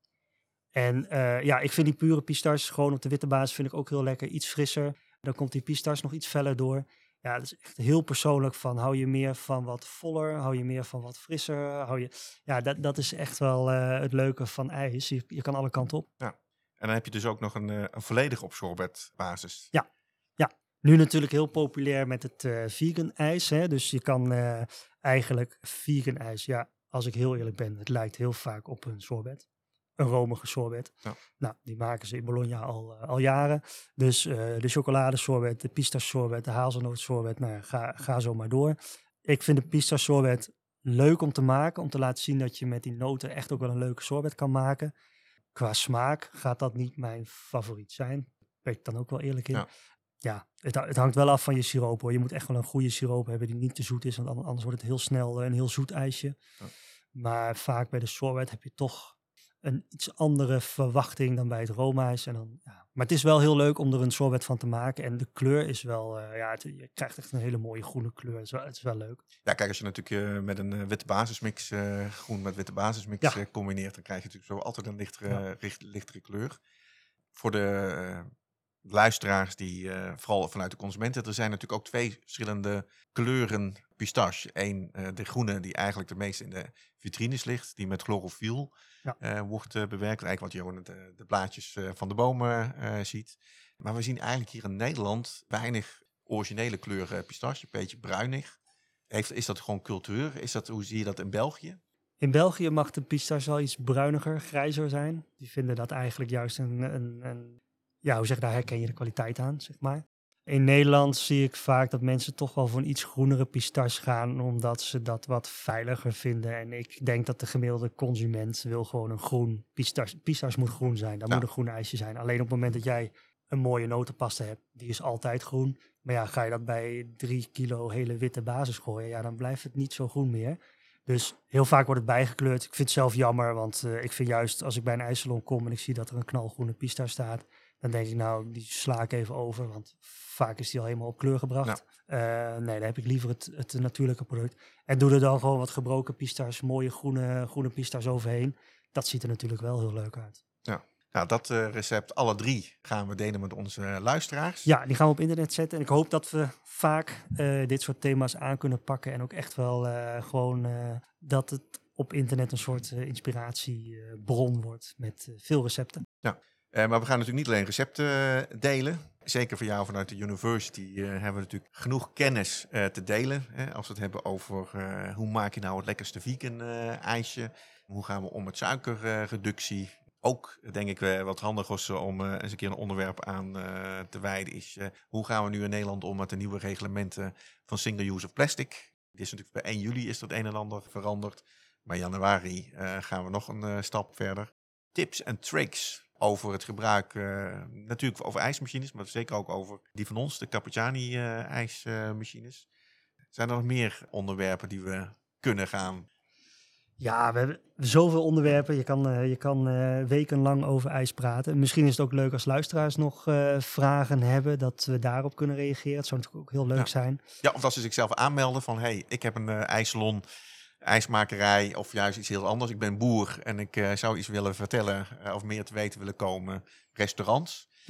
En uh, ja, ik vind die pure pistache, gewoon op de witte basis, vind ik ook heel lekker. Iets frisser. Dan komt die pistache nog iets feller door. Ja, dat is echt heel persoonlijk van, hou je meer van wat voller? Hou je meer van wat frisser? Hou je... Ja, dat, dat is echt wel uh, het leuke van ijs. Je, je kan alle kanten op. Ja. En dan heb je dus ook nog een, uh, een volledig op sorbet basis. Ja, ja. Nu natuurlijk heel populair met het uh, vegan ijs. Hè? Dus je kan uh, eigenlijk vegan ijs, ja, als ik heel eerlijk ben, het lijkt heel vaak op een sorbet. Een romige sorbet. Ja. Nou, die maken ze in Bologna al, uh, al jaren. Dus uh, de chocoladesorbet, de pistache sorbet, de hazelnoot sorbet, nou ja, ga, ga zo maar door. Ik vind de pistache sorbet leuk om te maken, om te laten zien dat je met die noten echt ook wel een leuke sorbet kan maken. Qua smaak gaat dat niet mijn favoriet zijn. Daar ben ik dan ook wel eerlijk in. Ja. Ja, het, het hangt wel af van je siroop hoor. Je moet echt wel een goede siroop hebben die niet te zoet is, want anders wordt het heel snel een heel zoet ijsje. Ja. Maar vaak bij de sorbet heb je toch een iets andere verwachting dan bij het roomijs. En dan, ja. Maar het is wel heel leuk om er een sorbet van te maken. En de kleur is wel, uh, ja, het, je krijgt echt een hele mooie groene kleur. Het is wel, het is wel leuk. Ja, kijk, als je natuurlijk uh, met een uh, witte basismix, uh, groen met witte basismix ja. uh, combineert, dan krijg je natuurlijk zo altijd een lichtere, ja. richt, lichtere kleur. Voor de uh, luisteraars die, uh, vooral vanuit de consumenten, er zijn natuurlijk ook twee verschillende kleuren pistache. Eén, uh, de groene die eigenlijk de meeste in de vitrines ligt, die met chlorofiel ja. uh, wordt uh, bewerkt. Eigenlijk wat je gewoon de, de blaadjes uh, van de bomen uh, ziet. Maar we zien eigenlijk hier in Nederland weinig originele kleuren pistache, een beetje bruinig. Heeft, is dat gewoon cultuur? Is dat, hoe zie je dat in België? In België mag de pistache wel iets bruiniger, grijzer zijn. Die vinden dat eigenlijk juist een, een, een ja, hoe zeg je, daar herken je de kwaliteit aan, zeg maar. In Nederland zie ik vaak dat mensen toch wel voor een iets groenere pistache gaan, omdat ze dat wat veiliger vinden. En ik denk dat de gemiddelde consument wil gewoon een groen pistache. Pistache moet groen zijn, dat ja. moet een groen ijsje zijn. Alleen op het moment dat jij een mooie notenpasta hebt, die is altijd groen. Maar ja, ga je dat bij drie kilo hele witte basis gooien, ja, dan blijft het niet zo groen meer. Dus heel vaak wordt het bijgekleurd. Ik vind het zelf jammer, want uh, ik vind juist als ik bij een ijssalon kom en ik zie dat er een knalgroene pistache staat, dan denk ik nou, die sla ik even over, want vaak is die al helemaal op kleur gebracht. Ja. Uh, nee, dan heb ik liever het, het natuurlijke product. En doe er dan gewoon wat gebroken pistache, mooie groene, groene pistache overheen. Dat ziet er natuurlijk wel heel leuk uit. Ja. Nou, dat uh, recept, alle drie, gaan we delen met onze uh, luisteraars. Ja, die gaan we op internet zetten. En ik hoop dat we vaak uh, dit soort thema's aan kunnen pakken. En ook echt wel uh, gewoon uh, dat het op internet een soort uh, inspiratiebron uh, wordt met uh, veel recepten. Ja, uh, maar we gaan natuurlijk niet alleen recepten uh, delen. Zeker voor jou vanuit de university uh, hebben we natuurlijk genoeg kennis uh, te delen. Hè, als we het hebben over uh, hoe maak je nou het lekkerste vegan uh, ijsje. Hoe gaan we om met suikerreductie. Uh, Ook denk ik uh, wat handig was uh, om uh, eens een keer een onderwerp aan uh, te wijden is uh, hoe gaan we nu in Nederland om met de nieuwe reglementen van single-use of plastic. Dit is natuurlijk bij één juli is dat een en ander veranderd. Maar januari uh, gaan we nog een uh, stap verder. Tips en tricks over het gebruik, uh, natuurlijk over ijsmachines, maar zeker ook over die van ons, de Carpigiani uh, ijsmachines. Zijn er nog meer onderwerpen die we kunnen gaan? Ja, we hebben zoveel onderwerpen. Je kan, uh, je kan uh, wekenlang over ijs praten. Misschien is het ook leuk als luisteraars nog uh, vragen hebben, dat we daarop kunnen reageren. Het zou natuurlijk ook heel leuk ja. zijn. Ja, of als ze zichzelf aanmelden van, hey, ik heb een uh, ijssalon, ijsmakerij of juist iets heel anders. Ik ben boer en ik uh, zou iets willen vertellen uh, of meer te weten willen komen. Restaurants. Ja.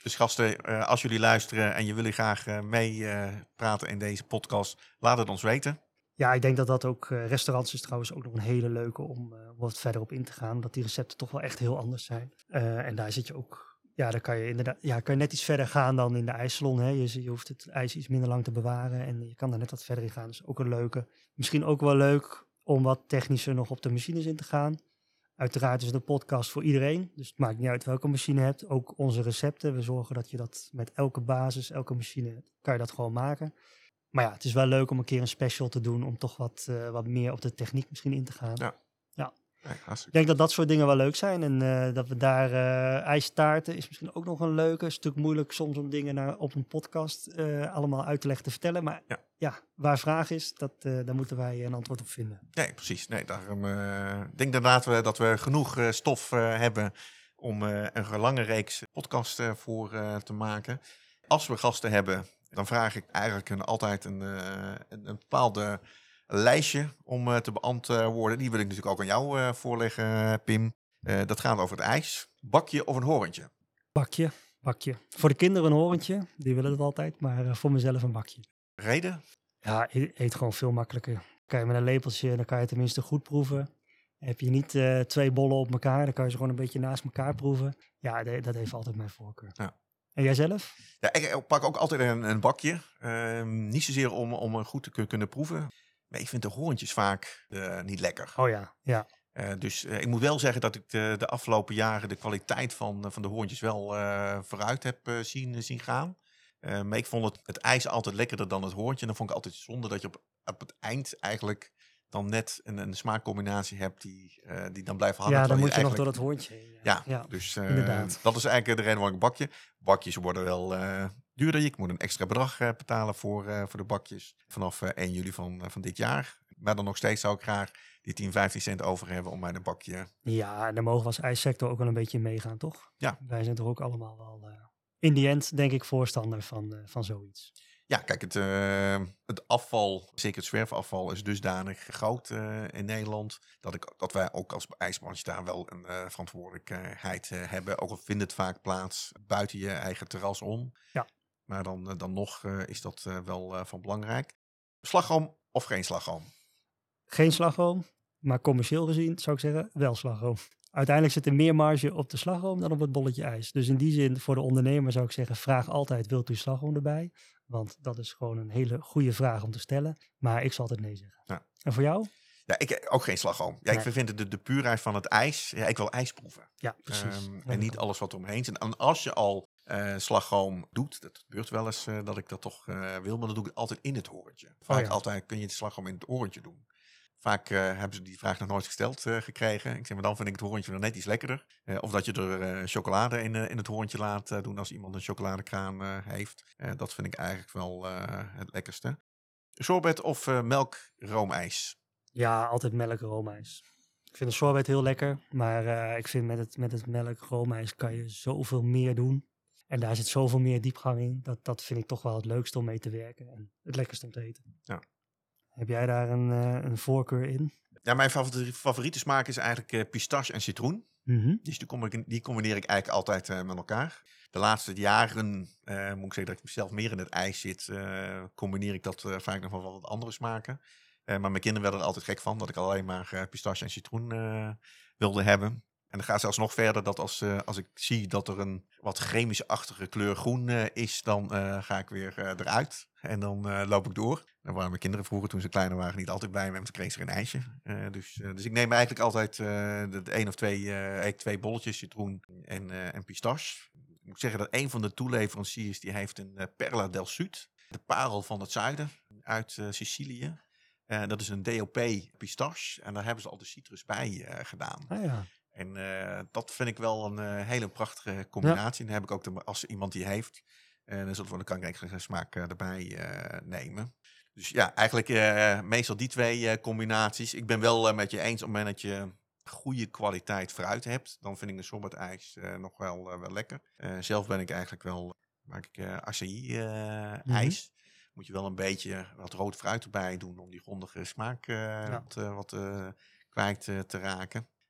Dus gasten, uh, als jullie luisteren en je willen graag uh, mee uh, praten in deze podcast, laat het ons weten. Ja, ik denk dat dat ook, uh, restaurants is trouwens ook nog een hele leuke om uh, wat verder op in te gaan. Dat die recepten toch wel echt heel anders zijn. Uh, en daar zit je ook, ja, daar kan je inderdaad, ja, kan je net iets verder gaan dan in de ijssalon. Hè. Je, je hoeft het ijs iets minder lang te bewaren en je kan daar net wat verder in gaan. Dat is ook een leuke. Misschien ook wel leuk om wat technischer nog op de machines in te gaan. Uiteraard is het een podcast voor iedereen, dus het maakt niet uit welke machine je hebt. Ook onze recepten, we zorgen dat je dat met elke basis, elke machine, kan je dat gewoon maken. Maar ja, het is wel leuk om een keer een special te doen, om toch wat, uh, wat meer op de techniek misschien in te gaan. Ja. Ja. Ja, ik denk dat dat soort dingen wel leuk zijn en uh, dat we daar uh, ijstaarten is misschien ook nog een leuke. Het is natuurlijk moeilijk soms om dingen naar, op een podcast uh, allemaal uit te leggen te vertellen, maar ja, ja waar vraag is, dat, uh, daar moeten wij een antwoord op vinden. Nee, precies. Nee, daarom uh, denk inderdaad we, dat we genoeg uh, stof uh, hebben om uh, een lange reeks podcast uh, voor uh, te maken. Als we gasten hebben, dan vraag ik eigenlijk een, altijd een, uh, een, een bepaalde lijstje om uh, te beantwoorden. Die wil ik natuurlijk ook aan jou uh, voorleggen, Pim. Uh, dat gaat over het ijs. Bakje of een horentje? Bakje, bakje. Voor de kinderen een horentje, die willen het altijd, maar uh, voor mezelf een bakje. Reden? Ja, eet gewoon veel makkelijker. Kan je met een lepeltje, dan kan je tenminste goed proeven. Heb je niet uh, twee bollen op elkaar, dan kan je ze gewoon een beetje naast elkaar proeven. Ja, de, dat heeft altijd mijn voorkeur. Ja. En jij zelf? Ja, ik pak ook altijd een, een bakje. Uh, niet zozeer om, om goed te kunnen proeven. Maar ik vind de hoorntjes vaak uh, niet lekker. Oh ja, ja. Uh, dus uh, ik moet wel zeggen dat ik de, de afgelopen jaren de kwaliteit van, uh, van de hoorntjes wel uh, vooruit heb uh, zien, zien gaan. Uh, maar ik vond het, het ijs altijd lekkerder dan het hoorntje. En dan vond ik altijd zonde dat je op, op het eind eigenlijk dan net een, een smaakcombinatie hebt die, uh, die dan blijft hangen. Ja, dan moet je eigenlijk... nog door het hoorntje heen. Ja, ja, dus uh, inderdaad. Dat is eigenlijk de reden waarom ik bakje. Bakjes worden wel uh, duurder. Ik moet een extra bedrag uh, betalen voor, uh, voor de bakjes vanaf uh, één juli van, uh, van dit jaar. Maar dan nog steeds zou ik graag die tien, vijftien cent over hebben om mij een bakje... Ja, en daar mogen we als ijssector ook wel een beetje meegaan, toch? Ja. Wij zijn toch ook allemaal wel, uh, in die end, denk ik, voorstander van, uh, van zoiets. Ja, kijk, het, uh, het afval, zeker het zwerfafval, is dusdanig groot uh, in Nederland. Dat, ik, dat wij ook als ijsbranche daar wel een uh, verantwoordelijkheid uh, hebben. Ook al vindt het vaak plaats buiten je eigen terras om. Ja. Maar dan, uh, dan nog uh, is dat uh, wel uh, van belangrijk. Slagroom of geen slagroom? Geen slagroom, maar commercieel gezien zou ik zeggen wel slagroom. Uiteindelijk zit er meer marge op de slagroom dan op het bolletje ijs. Dus in die zin, voor de ondernemer zou ik zeggen, vraag altijd, wilt u slagroom erbij? Want dat is gewoon een hele goede vraag om te stellen. Maar ik zal altijd nee zeggen. Ja. En voor jou? Ja, ik ook geen slagroom. Ja, nee. Ik vind de, de puurheid van het ijs, ja, ik wil ijs proeven. Ja, precies. Um, en niet alles wat eromheen zit. En als je al uh, slagroom doet, dat gebeurt wel eens uh, dat ik dat toch uh, wil, maar dan doe ik het altijd in het horentje. Vaak oh ja. altijd kun je het slagroom in het horentje doen. Vaak uh, hebben ze die vraag nog nooit gesteld uh, gekregen. Ik zeg, maar dan vind ik het horentje nog net iets lekkerder. Uh, of dat je er uh, chocolade in, uh, in het horentje laat uh, doen als iemand een chocoladekraan uh, heeft. Uh, dat vind ik eigenlijk wel uh, het lekkerste. Sorbet of uh, melk roomijs? Ja, altijd melk roomijs. Ik vind de sorbet heel lekker. Maar uh, ik vind met het, met het melk roomijs kan je zoveel meer doen. En daar zit zoveel meer diepgang in. Dat, dat vind ik toch wel het leukste om mee te werken. En het lekkerste om te eten. Ja. Heb jij daar een, uh, een voorkeur in? Ja, mijn favoriete, favoriete smaak is eigenlijk uh, pistache en citroen. Mm-hmm. Dus die, combineer, die combineer ik eigenlijk altijd uh, met elkaar. De laatste jaren, uh, moet ik zeggen dat ik zelf meer in het ijs zit, uh, combineer ik dat uh, vaak nog wel wat andere smaken. Uh, maar mijn kinderen werden er altijd gek van dat ik alleen maar uh, pistache en citroen uh, wilde hebben. En dan gaat het zelfs nog verder dat als, uh, als ik zie dat er een wat chemische-achtige kleur groen uh, is, dan uh, ga ik weer uh, eruit. En dan uh, loop ik door. Daar waren mijn kinderen vroeger, toen ze kleiner waren, niet altijd bij me. Want toen kreeg ze er een ijsje. Uh, dus, uh, dus ik neem eigenlijk altijd uh, de, de één of twee, uh, twee bolletjes citroen en, uh, en pistache. Ik moet zeggen dat een van de toeleveranciers, die heeft een uh, Perla del Sud. De parel van het zuiden, uit uh, Sicilië. Uh, dat is een D O P pistache. En daar hebben ze al de citrus bij uh, gedaan. Ah, ja. En uh, dat vind ik wel een uh, hele prachtige combinatie. Ja. En dan heb ik ook, de, als iemand die heeft, uh, dan, zullen we, dan kan ik eigenlijk smaak uh, erbij uh, nemen. Dus ja, eigenlijk uh, meestal die twee uh, combinaties. Ik ben wel uh, met je eens, op het moment dat je goede kwaliteit fruit hebt, dan vind ik een sorbetijs uh, nog wel, uh, wel lekker. Uh, zelf ben ik eigenlijk wel, maak ik uh, acai uh, mm-hmm. ijs. Moet je wel een beetje wat rood fruit erbij doen om die grondige smaak uh, ja. wat, uh, wat uh, kwijt uh, te raken.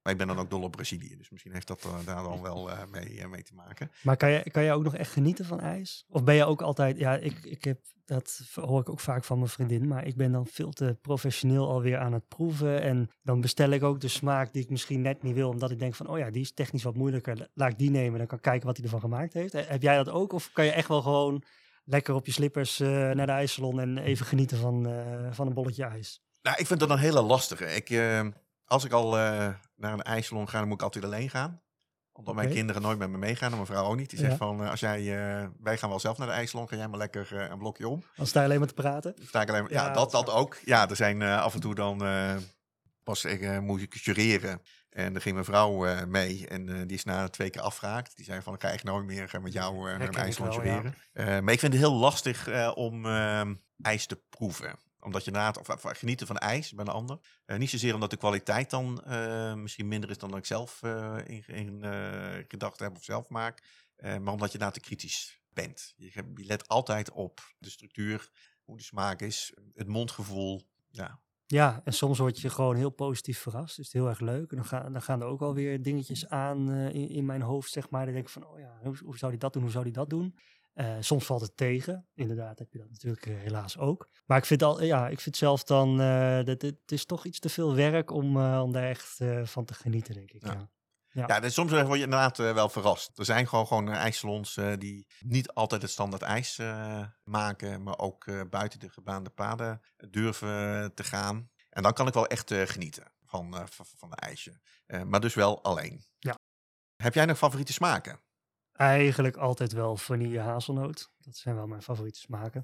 Maar ik ben dan ook dol op Brazilië. Dus misschien heeft dat uh, daar dan wel uh, mee, uh, mee te maken. Maar kan je, kan je ook nog echt genieten van ijs? Of ben je ook altijd... Ja, ik, ik heb, dat hoor ik ook vaak van mijn vriendin. Maar ik ben dan veel te professioneel alweer aan het proeven. En dan bestel ik ook de smaak die ik misschien net niet wil. Omdat ik denk van, oh ja, die is technisch wat moeilijker. Laat ik die nemen, dan kan ik kijken wat hij ervan gemaakt heeft. Heb jij dat ook? Of kan je echt wel gewoon lekker op je slippers uh, naar de ijssalon en even genieten van, uh, van een bolletje ijs? Nou, ik vind dat een hele lastige. Ik, uh, als ik al uh, naar een ijssalon ga, dan moet ik altijd alleen gaan. Omdat okay. mijn kinderen nooit met me meegaan en mijn vrouw ook niet. Die zegt ja. van, uh, als jij, uh, wij gaan wel zelf naar de ijssalon, ga jij maar lekker uh, een blokje om. Dan sta je alleen maar te praten? Sta ik alleen maar, ja, ja, dat, dat ook. Ja, er zijn uh, af en toe dan, uh, pas ik, uh, moet ik jureren. En er ging mijn vrouw uh, mee en uh, die is na twee keer afgehaakt. Die zei van, ik ga echt nooit meer uh, met jou uh, naar een ijssalon jureren. Ja. Uh, maar ik vind het heel lastig uh, om uh, ijs te proeven. Omdat je na het of, of, genieten van ijs bij een ander. Uh, niet zozeer omdat de kwaliteit dan uh, misschien minder is dan dat ik zelf uh, in, in uh, gedachten heb of zelf maak. Uh, maar omdat je daar te kritisch bent. Je, je let altijd op de structuur, hoe de smaak is, het mondgevoel. Ja. Ja, en soms word je gewoon heel positief verrast. Dus het is heel erg leuk. En dan, ga, dan gaan er ook alweer dingetjes aan uh, in, in mijn hoofd, zeg maar. Dan denk ik van, oh ja, hoe, hoe zou die dat doen, hoe zou die dat doen? Uh, soms valt het tegen. Inderdaad heb je dat natuurlijk uh, helaas ook. Maar ik vind, al, ja, ik vind zelf dan, uh, dat het is toch iets te veel werk om, uh, om daar echt uh, van te genieten, denk ik. Ja. Ja. Ja. Ja, dus soms word je inderdaad uh, wel verrast. Er zijn gewoon, gewoon uh, ijssalons uh, die niet altijd het standaard ijs uh, maken, maar ook uh, buiten de gebaande paden durven uh, te gaan. En dan kan ik wel echt uh, genieten van, uh, van, van de ijsje. Uh, maar dus wel alleen. Ja. Heb jij nog favoriete smaken? Eigenlijk altijd wel vanille hazelnoot. Dat zijn wel mijn favoriete smaken.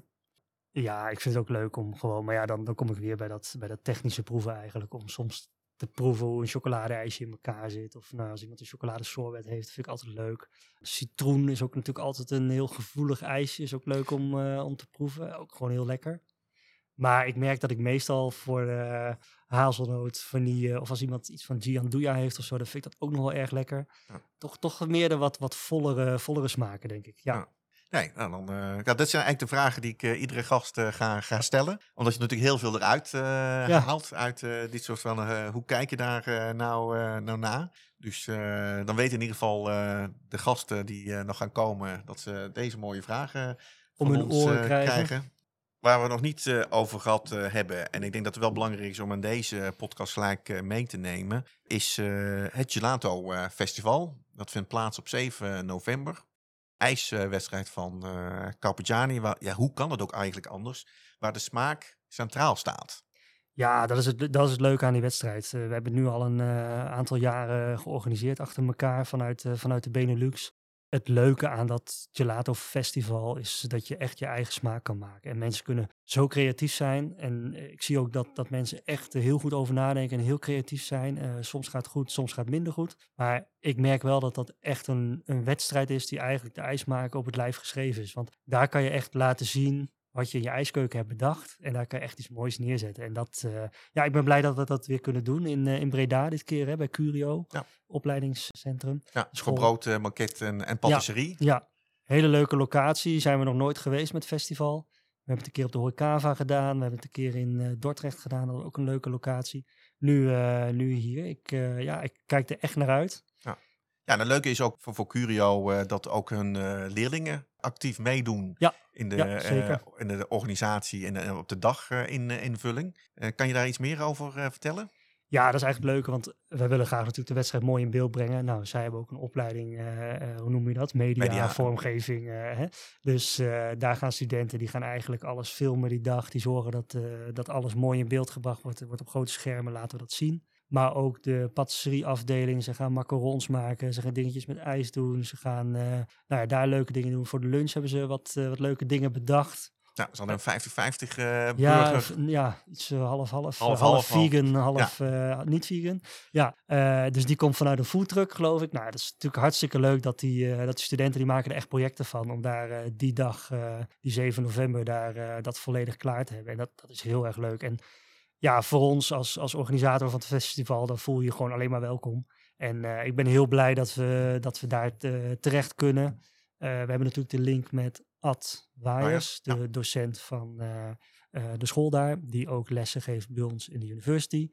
Ja, ik vind het ook leuk om gewoon... Maar ja, dan, dan kom ik weer bij dat, bij dat technische proeven eigenlijk. Om soms te proeven hoe een chocoladeijsje in elkaar zit. Of nou, als iemand een chocoladesorbet heeft, vind ik altijd leuk. Citroen is ook natuurlijk altijd een heel gevoelig ijsje. Is ook leuk om, uh, om te proeven. Ook gewoon heel lekker. Maar ik merk dat ik meestal voor uh, hazelnoot, vanille... of als iemand iets van Gianduja heeft of zo... dan vind ik dat ook nog wel erg lekker. Ja. Toch, toch meer de wat, wat vollere, vollere smaken, denk ik. Ja. Ja. Nee, nou dan, uh, ja, dat zijn eigenlijk de vragen die ik uh, iedere gast uh, ga, ga stellen. Omdat je natuurlijk heel veel eruit uh, ja. haalt. Uit uh, dit soort van, uh, hoe kijk je daar uh, nou, uh, nou na? Dus uh, dan weten in ieder geval uh, de gasten die uh, nog gaan komen... dat ze deze mooie vragen om hun ons, oren uh, krijgen. krijgen. Waar we nog niet uh, over gehad uh, hebben... en ik denk dat het wel belangrijk is om aan deze podcast gelijk uh, mee te nemen... is uh, het Gelato uh, Festival. Dat vindt plaats op zeven november. IJswedstrijd van uh, Carpigiani. Waar, ja, hoe kan het ook eigenlijk anders? Waar de smaak centraal staat. Ja, dat is het, dat is het leuke aan die wedstrijd. Uh, we hebben het nu al een uh, aantal jaren georganiseerd achter elkaar vanuit, uh, vanuit de Benelux. Het leuke aan dat Gelato Festival is dat je echt je eigen smaak kan maken. En mensen kunnen zo creatief zijn. En ik zie ook dat, dat mensen echt heel goed over nadenken en heel creatief zijn. Uh, soms gaat het goed, soms gaat het minder goed. Maar ik merk wel dat dat echt een, een wedstrijd is die eigenlijk de ijsmaker op het lijf geschreven is. Want daar kan je echt laten zien wat je in je ijskeuken hebt bedacht. En daar kan je echt iets moois neerzetten. En dat, uh, ja, ik ben blij dat we dat weer kunnen doen in, uh, in Breda dit keer, hè, bij Curio, ja. opleidingscentrum. Ja, voor brood, uh, banket en, en patisserie. Ja, ja, hele leuke locatie. Zijn we nog nooit geweest met het festival. We hebben het een keer op de Horecava gedaan. We hebben het een keer in uh, Dordrecht gedaan. Dat was ook een leuke locatie. Nu, uh, nu hier. Ik, uh, ja, ik kijk er echt naar uit. Ja. Ja, en het leuke is ook voor, voor Curio uh, dat ook hun uh, leerlingen actief meedoen ja, in, de, ja, zeker. Uh, in de organisatie en uh, op de dag uh, in, uh, invulling. Uh, kan je daar iets meer over uh, vertellen? Ja, dat is eigenlijk leuk, want we willen graag natuurlijk de wedstrijd mooi in beeld brengen. Nou, zij hebben ook een opleiding, uh, uh, hoe noem je dat? Media, Media. vormgeving. Uh, hè? Dus uh, daar gaan studenten, die gaan eigenlijk alles filmen die dag. Die zorgen dat, uh, dat alles mooi in beeld gebracht wordt. Het wordt op grote schermen, laten we dat zien. Maar ook de patisserieafdeling, ze gaan macarons maken, ze gaan dingetjes met ijs doen. Ze gaan uh, nou ja, daar leuke dingen doen. Voor de lunch hebben ze wat, uh, wat leuke dingen bedacht. Ja, ze hadden een vijftig vijftig uh, ja, burger. Ja, iets uh, half-half. Half, uh, half, half vegan, half. half ja. uh, niet vegan. Ja, uh, dus die komt vanuit een foodtruck, geloof ik. Nou, dat is natuurlijk hartstikke leuk dat die, uh, dat die studenten, die maken er echt projecten van. Om daar uh, die dag, uh, die zeven november, daar uh, dat volledig klaar te hebben. En dat, dat is heel erg leuk. En ja, voor ons als, als organisator van het festival, dan voel je je gewoon alleen maar welkom. En uh, ik ben heel blij dat we, dat we daar te, terecht kunnen. Uh, we hebben natuurlijk de link met Ad Waaiers, de ja. docent van uh, uh, de school daar, die ook lessen geeft bij ons in de university.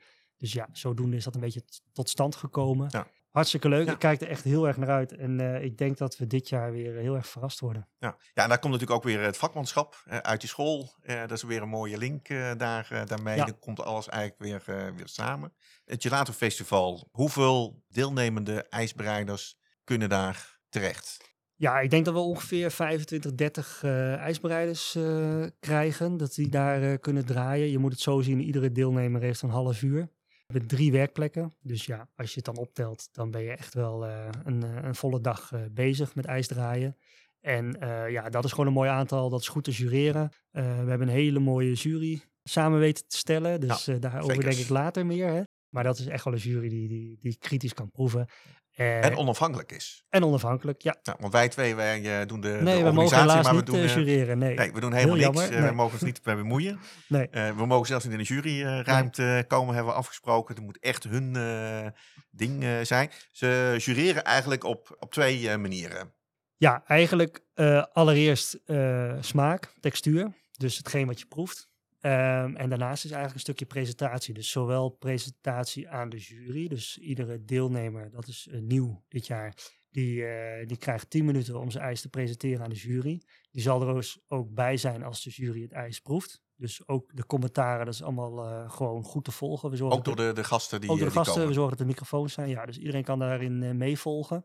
Dus ja, zodoende is dat een beetje t- tot stand gekomen. Ja. Hartstikke leuk. Ja. Ik kijk er echt heel erg naar uit. En uh, ik denk dat we dit jaar weer heel erg verrast worden. Ja. ja, en daar komt natuurlijk ook weer het vakmanschap uh, uit die school. Uh, dat is weer een mooie link uh, daar, uh, daarmee. Ja. Dan komt alles eigenlijk weer, uh, weer samen. Het Gelato Festival. Hoeveel deelnemende ijsbereiders kunnen daar terecht? Ja, ik denk dat we ongeveer vijfentwintig, dertig uh, ijsbereiders uh, krijgen. Dat die daar uh, kunnen draaien. Je moet het zo zien, iedere deelnemer heeft een half uur. We hebben drie werkplekken. Dus ja, als je het dan optelt, dan ben je echt wel uh, een, een volle dag uh, bezig met ijsdraaien. En uh, ja, dat is gewoon een mooi aantal. Dat is goed te jureren. Uh, we hebben een hele mooie jury samen weten te stellen. Dus ja, uh, daarover zeker. denk ik later meer. Hè? Maar dat is echt wel een jury die, die, die kritisch kan proeven. Uh, en onafhankelijk is. En onafhankelijk, ja. ja want wij twee, wij uh, doen de, nee, de we organisatie. Mogen helaas maar we niet doen uh, jureren, nee. Nee, we doen helemaal Heel niks. Jammer, uh, nee. We mogen ons niet bij bemoeien. Nee. Uh, we mogen zelfs niet in de juryruimte nee. komen, hebben we afgesproken. Het moet echt hun uh, ding uh, zijn. Ze jureren eigenlijk op, op twee uh, manieren. Ja, eigenlijk uh, allereerst uh, smaak, textuur. Dus hetgeen wat je proeft. Um, en daarnaast is eigenlijk een stukje presentatie. Dus zowel presentatie aan de jury. Dus iedere deelnemer, dat is uh, nieuw dit jaar, die, uh, die krijgt tien minuten om zijn ijs te presenteren aan de jury. Die zal er dus ook bij zijn als de jury het ijs proeft. Dus ook de commentaren, dat is allemaal uh, gewoon goed te volgen. We zorgen ook door de, de gasten die Ook door de die gasten, komen. we zorgen dat er microfoons zijn. Ja, dus iedereen kan daarin uh, meevolgen.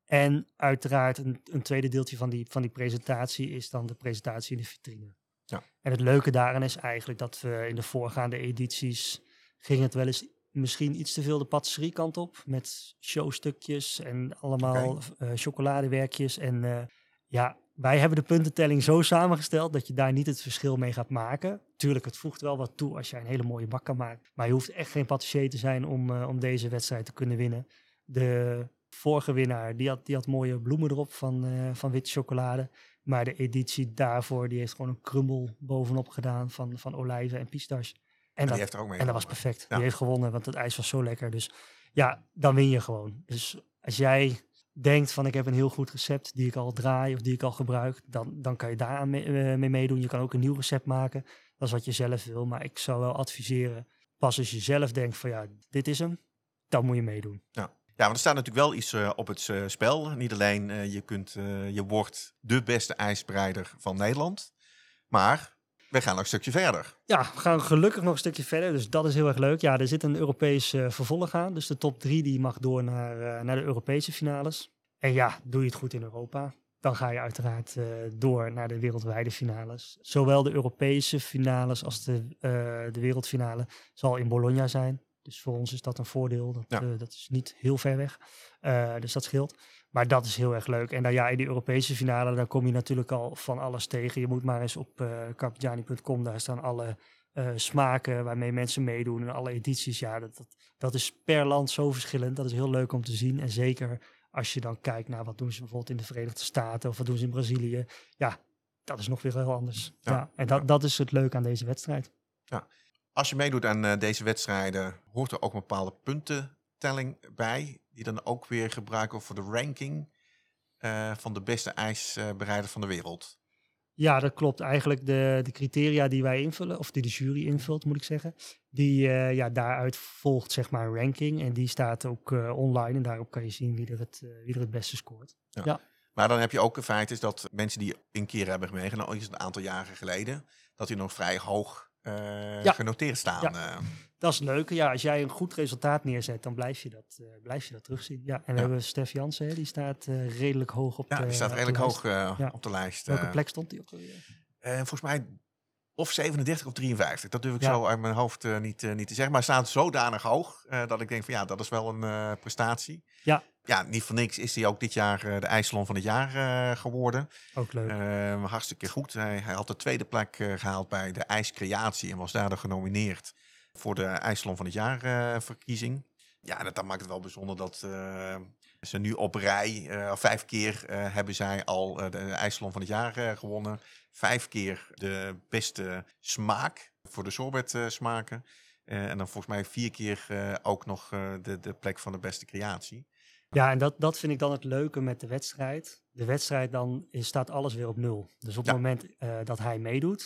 En uiteraard een, een tweede deeltje van die, van die presentatie is dan de presentatie in de vitrine. Ja. En het leuke daarin is eigenlijk dat we in de voorgaande edities ging het wel eens misschien iets te veel de patisseriekant op. Met showstukjes en allemaal okay. uh, chocoladewerkjes. En uh, ja, wij hebben de puntentelling zo samengesteld dat je daar niet het verschil mee gaat maken. Tuurlijk, het voegt wel wat toe als jij een hele mooie bak kan maken. Maar je hoeft echt geen patissier te zijn om, uh, om deze wedstrijd te kunnen winnen. De vorige winnaar, die had, die had mooie bloemen erop van, uh, van witte chocolade. Maar de editie daarvoor, die heeft gewoon een krummel bovenop gedaan van, van olijven en pistache. En, en, dat, die heeft er ook mee en dat was perfect. Ja. Die heeft gewonnen, want het ijs was zo lekker. Dus ja, dan win je gewoon. Dus als jij denkt van ik heb een heel goed recept die ik al draai of die ik al gebruik, dan, dan kan je daar aan mee, uh, mee meedoen. Je kan ook een nieuw recept maken. Dat is wat je zelf wil. Maar ik zou wel adviseren, pas als je zelf denkt van ja, dit is hem, dan moet je meedoen. Ja. Ja, want er staat natuurlijk wel iets uh, op het uh, spel. Niet alleen uh, je, kunt, uh, je wordt de beste ijsbereider van Nederland. Maar we gaan nog een stukje verder. Ja, we gaan gelukkig nog een stukje verder. Dus dat is heel erg leuk. Ja, er zit een Europees uh, vervolg aan. Dus de top drie die mag door naar, uh, naar de Europese finales. En ja, doe je het goed in Europa, dan ga je uiteraard uh, door naar de wereldwijde finales. Zowel de Europese finales als de, uh, de wereldfinale zal in Bologna zijn. Dus voor ons is dat een voordeel. Dat, ja. uh, dat is niet heel ver weg. Uh, dus dat scheelt. Maar dat is heel erg leuk. En dan ja, in die Europese finale, daar kom je natuurlijk al van alles tegen. Je moet maar eens op uh, carpigiani punt com, daar staan alle uh, smaken waarmee mensen meedoen. En alle edities. Ja, dat, dat, dat is per land zo verschillend. Dat is heel leuk om te zien. En zeker als je dan kijkt naar wat doen ze bijvoorbeeld in de Verenigde Staten of wat doen ze in Brazilië. Ja, dat is nog weer heel anders. Ja. Ja, en dat, dat is het leuke aan deze wedstrijd. Ja. Als je meedoet aan uh, deze wedstrijden, hoort er ook een bepaalde puntentelling bij, die dan ook weer gebruiken voor de ranking uh, van de beste ijsbereider van de wereld. Ja, dat klopt. Eigenlijk de, de criteria die wij invullen, of die de jury invult, moet ik zeggen, die uh, ja, daaruit volgt zeg maar een ranking. En die staat ook uh, online en daarop kan je zien wie er het, uh, wie er het beste scoort. Ja. Ja. Maar dan heb je ook een feit is dat mensen die een keer hebben meegenomen, al is het een aantal jaren geleden, dat die nog vrij hoog Uh, ja. genoteerd staan. Ja. Uh. Dat is leuk. Ja, als jij een goed resultaat neerzet, dan blijf je dat, uh, blijf je dat terugzien. Ja, en we ja. hebben Stef Jansen, die staat uh, redelijk hoog op ja, de die staat redelijk hoog uh, ja. op de lijst. Welke uh, plek stond die ook alweer? Uh, volgens mij of zevenendertig of drieënvijftig. Dat durf ik ja. zo uit mijn hoofd uh, niet, uh, niet te zeggen. Maar staat zodanig hoog uh, dat ik denk van ja, dat is wel een uh, prestatie. Ja. Ja, niet voor niks is hij ook dit jaar uh, de ijssalon van het jaar uh, geworden. Ook leuk. Uh, hartstikke goed. Hij, hij had de tweede plek uh, gehaald bij de ijscreatie en was daardoor genomineerd voor de ijssalon van het jaar uh, verkiezing. Ja, dat, dat maakt het wel bijzonder dat uh, ze nu op rij, uh, vijf keer uh, hebben zij al uh, de ijssalon van het jaar uh, gewonnen. Vijf keer de beste smaak voor de sorbet uh, smaken. Uh, en dan volgens mij vier keer uh, ook nog uh, de, de plek van de beste creatie. Ja, en dat, dat vind ik dan het leuke met de wedstrijd. De wedstrijd dan is, staat alles weer op nul. Dus op het ja. moment uh, dat hij meedoet,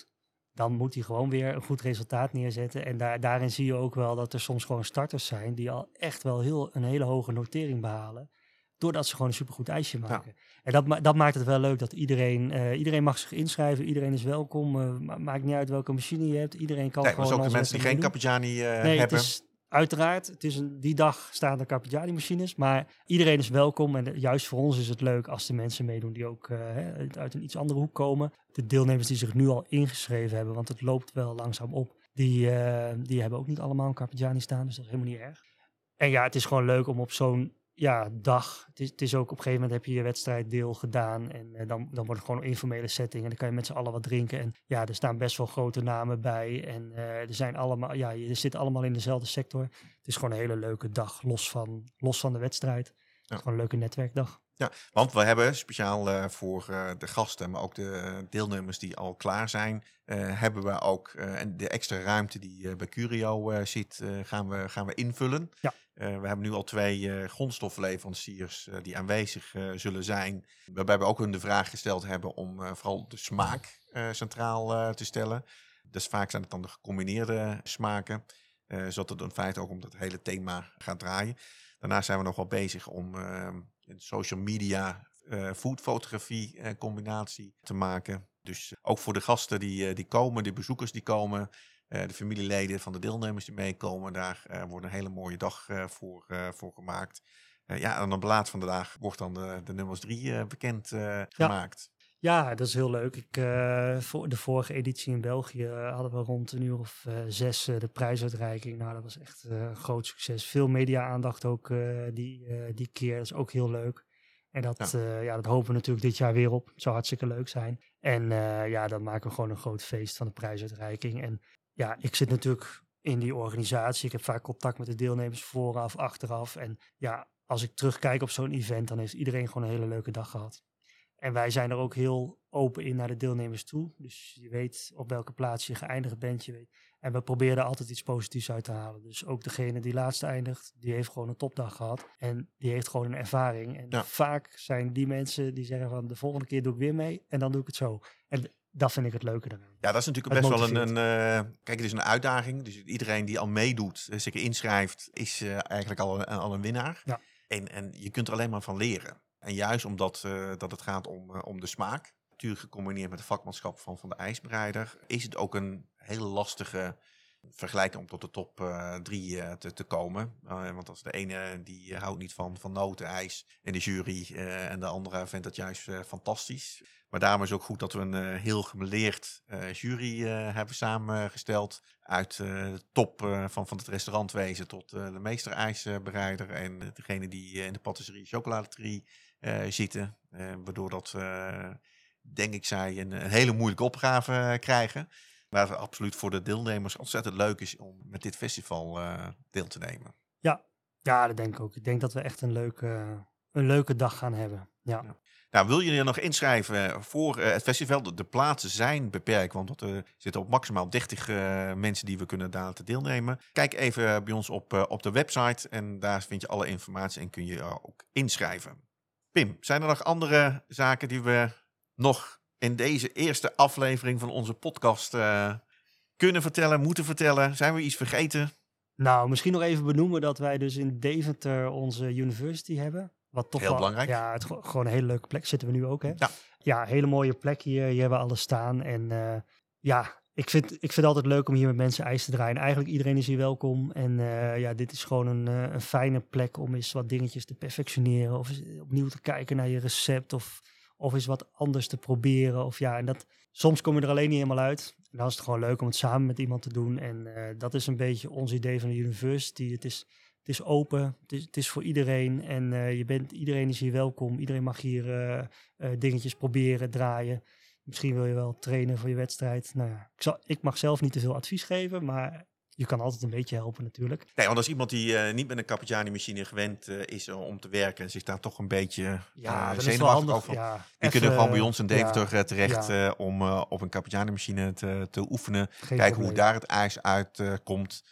dan moet hij gewoon weer een goed resultaat neerzetten. En daar, daarin zie je ook wel dat er soms gewoon starters zijn die al echt wel heel, een hele hoge notering behalen. Doordat ze gewoon een supergoed ijsje maken. Ja. En dat, ma- dat maakt het wel leuk dat iedereen, uh, iedereen mag zich inschrijven. Iedereen is welkom. Uh, ma- maakt niet uit welke machine je hebt. Iedereen kan nee, gewoon... maar ook de mensen die geen Carpigiani uh, nee, hebben. Het is, uiteraard, het is een, die dag staan er Carpigiani machines. Maar iedereen is welkom. En de, juist voor ons is het leuk als de mensen meedoen die ook uh, he, uit een iets andere hoek komen. De deelnemers die zich nu al ingeschreven hebben, want het loopt wel langzaam op. Die, uh, die hebben ook niet allemaal een Carpigiani staan. Dus dat is helemaal niet erg. En ja, het is gewoon leuk om op zo'n ja, dag. Het is, het is ook op een gegeven moment heb je je wedstrijddeel gedaan. En uh, dan, dan wordt het gewoon een informele setting. En dan kan je met z'n allen wat drinken. En ja, er staan best wel grote namen bij. En uh, er zijn allemaal, ja, je zit allemaal in dezelfde sector. Het is gewoon een hele leuke dag, los van, los van de wedstrijd. Het is ja. gewoon een leuke netwerkdag. Ja, want we hebben speciaal uh, voor uh, de gasten, maar ook de deelnemers die al klaar zijn, uh, hebben we ook uh, de extra ruimte die uh, bij Curio uh, zit, uh, gaan, we, gaan we invullen. Ja. Uh, we hebben nu al twee uh, grondstoffenleveranciers uh, die aanwezig uh, zullen zijn. Waarbij we ook hun de vraag gesteld hebben om uh, vooral de smaak uh, centraal uh, te stellen. Dus vaak zijn het dan de gecombineerde smaken. Uh, zodat het in feite ook om dat hele thema gaat draaien. Daarnaast zijn we nog wel bezig om uh, een social media uh, foodfotografie uh, combinatie te maken. Dus uh, ook voor de gasten die, uh, die komen, de bezoekers die komen, uh, de familieleden van de deelnemers die meekomen, daar uh, wordt een hele mooie dag uh, voor, uh, voor gemaakt. Uh, ja, en op de laat van de dag wordt dan de, de nummers drie uh, bekend uh, ja. gemaakt. Ja, dat is heel leuk. Ik, uh, voor de vorige editie in België uh, hadden we rond een uur of uh, zes uh, de prijsuitreiking. Nou, dat was echt uh, een groot succes. Veel media-aandacht ook uh, die, uh, die keer. Dat is ook heel leuk. En dat, ja. Uh, ja, dat hopen we natuurlijk dit jaar weer op. Het zou hartstikke leuk zijn. En uh, ja, dan maken we gewoon een groot feest van de prijsuitreiking. En ja, ik zit natuurlijk in die organisatie. Ik heb vaak contact met de deelnemers vooraf, achteraf. En ja, als ik terugkijk op zo'n event, dan heeft iedereen gewoon een hele leuke dag gehad. En wij zijn er ook heel open in naar de deelnemers toe. Dus je weet op welke plaats je geëindigd bent. Je weet. En we proberen er altijd iets positiefs uit te halen. Dus ook degene die laatst eindigt, die heeft gewoon een topdag gehad. En die heeft gewoon een ervaring. En ja. vaak zijn die mensen die zeggen van de volgende keer doe ik weer mee. En dan doe ik het zo. En dat vind ik het leuke eraan. Ja, dat is natuurlijk het best wel een... een uh, kijk, het is een uitdaging. Dus iedereen die al meedoet, zich inschrijft, is uh, eigenlijk al een, al een winnaar. Ja. En, en je kunt er alleen maar van leren. En juist omdat uh, dat het gaat om, uh, om de smaak, natuurlijk gecombineerd met de vakmanschap van, van de ijsbereider, is het ook een hele lastige vergelijking om tot de top uh, drie uh, te, te komen. Uh, want als de ene die uh, houdt niet van, van notenijs in de jury uh, en de andere vindt dat juist uh, fantastisch. Maar daarom is het ook goed dat we een uh, heel gemeleerd uh, jury uh, hebben samengesteld. Uit uh, de top uh, van, van het restaurantwezen tot uh, de meesterijsbereider en uh, degene die uh, in de patisserie chocolaterie uh, zitten. Uh, waardoor dat, uh, denk ik, zij een, een hele moeilijke opgave uh, krijgen. Maar het absoluut voor de deelnemers ontzettend leuk is om met dit festival uh, deel te nemen. Ja. ja, dat denk ik ook. Ik denk dat we echt een leuke, uh, een leuke dag gaan hebben. Ja. ja. Nou, wil je je nog inschrijven voor uh, het festival? De, de plaatsen zijn beperkt, want er zitten op maximaal dertig uh, mensen die we kunnen daar te deelnemen. Kijk even bij ons op, uh, op de website en daar vind je alle informatie en kun je uh, ook inschrijven. Pim, zijn er nog andere zaken die we nog in deze eerste aflevering van onze podcast uh, kunnen vertellen, moeten vertellen? Zijn we iets vergeten? Nou, misschien nog even benoemen dat wij dus in Deventer onze university hebben. Wat toch heel wel, belangrijk. Ja, het gewoon een hele leuke plek. Zitten we nu ook, hè? Ja. Ja, hele mooie plek hier. Hier hebben we alles staan. En uh, ja, ik vind, ik vind het altijd leuk om hier met mensen ijs te draaien. Eigenlijk iedereen is hier welkom. En uh, ja, dit is gewoon een, uh, een fijne plek om eens wat dingetjes te perfectioneren. Of eens opnieuw te kijken naar je recept. Of, of eens wat anders te proberen. Of ja, en dat, soms kom je er alleen niet helemaal uit. En dan is het gewoon leuk om het samen met iemand te doen. En uh, dat is een beetje ons idee van de university. Het is... Het is open, het is, het is voor iedereen en uh, je bent, iedereen is hier welkom. Iedereen mag hier uh, uh, dingetjes proberen, draaien. Misschien wil je wel trainen voor je wedstrijd. Nou ja, ik, zal, ik mag zelf niet te veel advies geven, maar je kan altijd een beetje helpen natuurlijk. Nee, want als iemand die uh, niet met een Carpigiani-machine gewend uh, is uh, om te werken en zich daar toch een beetje ja, uh, zenuwachtig over, ja, die even, kunnen gewoon bij ons in Deventer ja, terecht ja. uh, om uh, op een Carpigiani-machine te, te oefenen. Geen kijken probleem. hoe daar het ijs uitkomt. Uh,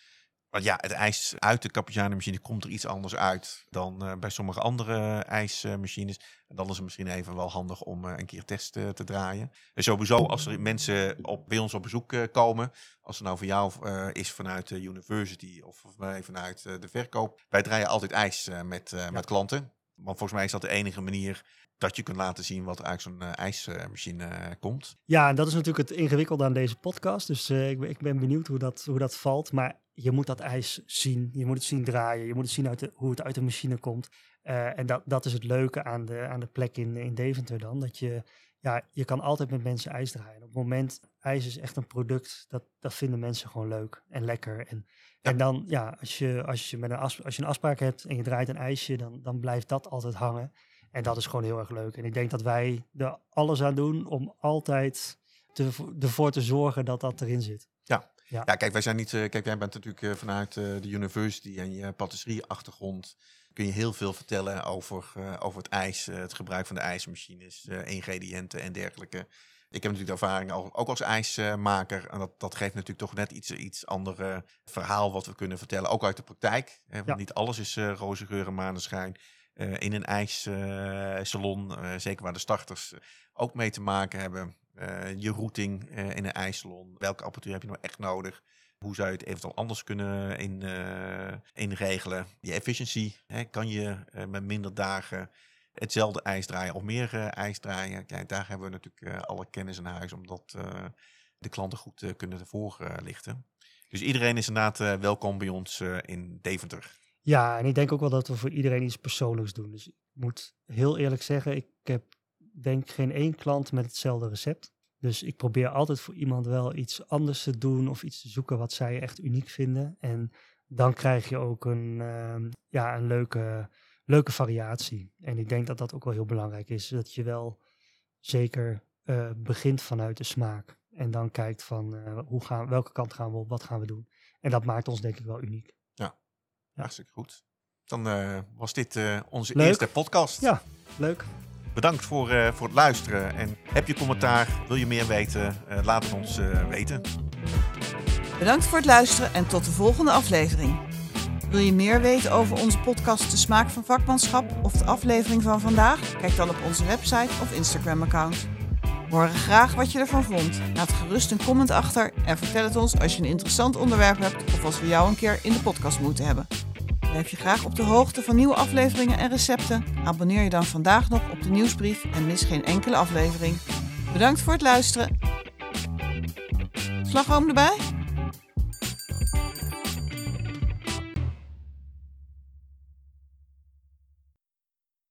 Want ja, het ijs uit de Carpigiani-machine komt er iets anders uit dan uh, bij sommige andere ijsmachines. En dan is het misschien even wel handig om uh, een keer test uh, te draaien. En sowieso, als er mensen op, bij ons op bezoek uh, komen, als het nou voor jou uh, is vanuit de university of vanuit uh, de verkoop. Wij draaien altijd ijs uh, met, uh, ja. met klanten. Want volgens mij is dat de enige manier dat je kunt laten zien wat er uit zo'n uh, ijsmachine uh, komt. Ja, en dat is natuurlijk het ingewikkelde aan deze podcast. Dus uh, ik, ben, ik ben benieuwd hoe dat, hoe dat valt. Maar je moet dat ijs zien. Je moet het zien draaien. Je moet het zien uit de, hoe het uit de machine komt. Uh, en dat, dat is het leuke aan de, aan de plek in, in Deventer dan. Dat je, ja, je kan altijd met mensen ijs draaien. Op het moment, ijs is echt een product, dat, dat vinden mensen gewoon leuk en lekker. En, ja. en dan, ja, als je, als, je met een as, als je een afspraak hebt en je draait een ijsje, dan, dan blijft dat altijd hangen. En dat is gewoon heel erg leuk. En ik denk dat wij er alles aan doen om altijd te, ervoor te zorgen dat dat erin zit. Ja, ja. ja kijk, wij zijn niet. Uh, kijk, jij bent natuurlijk uh, vanuit uh, de university en je patisserie-achtergrond. Kun je heel veel vertellen over, uh, over het ijs, uh, het gebruik van de ijsmachines, uh, ingrediënten en dergelijke. Ik heb natuurlijk de ervaring ook als ijsmaker. En dat, dat geeft natuurlijk toch net iets, iets ander uh, verhaal wat we kunnen vertellen. Ook uit de praktijk. Hè, want ja. niet alles is uh, roze geur en maneschijn. Uh, in een ijssalon, uh, zeker waar de starters uh, ook mee te maken hebben. Uh, je routing uh, in een ijssalon. Welke apparatuur heb je nou echt nodig? Hoe zou je het eventueel anders kunnen in, uh, inregelen? Je efficiency, hè, kan je uh, met minder dagen hetzelfde ijs draaien of meer uh, ijs draaien? Kijk, daar hebben we natuurlijk uh, alle kennis in huis om dat uh, de klanten goed uh, kunnen voorlichten. Dus iedereen is inderdaad uh, welkom bij ons uh, in Deventer. Ja, en ik denk ook wel dat we voor iedereen iets persoonlijks doen. Dus ik moet heel eerlijk zeggen, ik heb denk geen één klant met hetzelfde recept. Dus ik probeer altijd voor iemand wel iets anders te doen of iets te zoeken wat zij echt uniek vinden. En dan krijg je ook een, uh, ja, een leuke, leuke variatie. En ik denk dat dat ook wel heel belangrijk is. Dat je wel zeker uh, begint vanuit de smaak. En dan kijkt van uh, hoe gaan, welke kant gaan we op, wat gaan we doen. En dat maakt ons denk ik wel uniek. Ja. Ja. Hartstikke goed. Dan uh, was dit uh, onze leuk. eerste podcast. Ja, leuk. Bedankt voor, uh, voor het luisteren. En heb je commentaar, wil je meer weten, uh, laat het ons uh, weten. Bedankt voor het luisteren en tot de volgende aflevering. Wil je meer weten over onze podcast De Smaak van Vakmanschap of de aflevering van vandaag? Kijk dan op onze website of Instagram-account. We horen graag wat je ervan vond. Laat gerust een comment achter en vertel het ons als je een interessant onderwerp hebt of als we jou een keer in de podcast moeten hebben. Blijf je graag op de hoogte van nieuwe afleveringen en recepten? Abonneer je dan vandaag nog op de nieuwsbrief en mis geen enkele aflevering. Bedankt voor het luisteren. Slagroom erbij?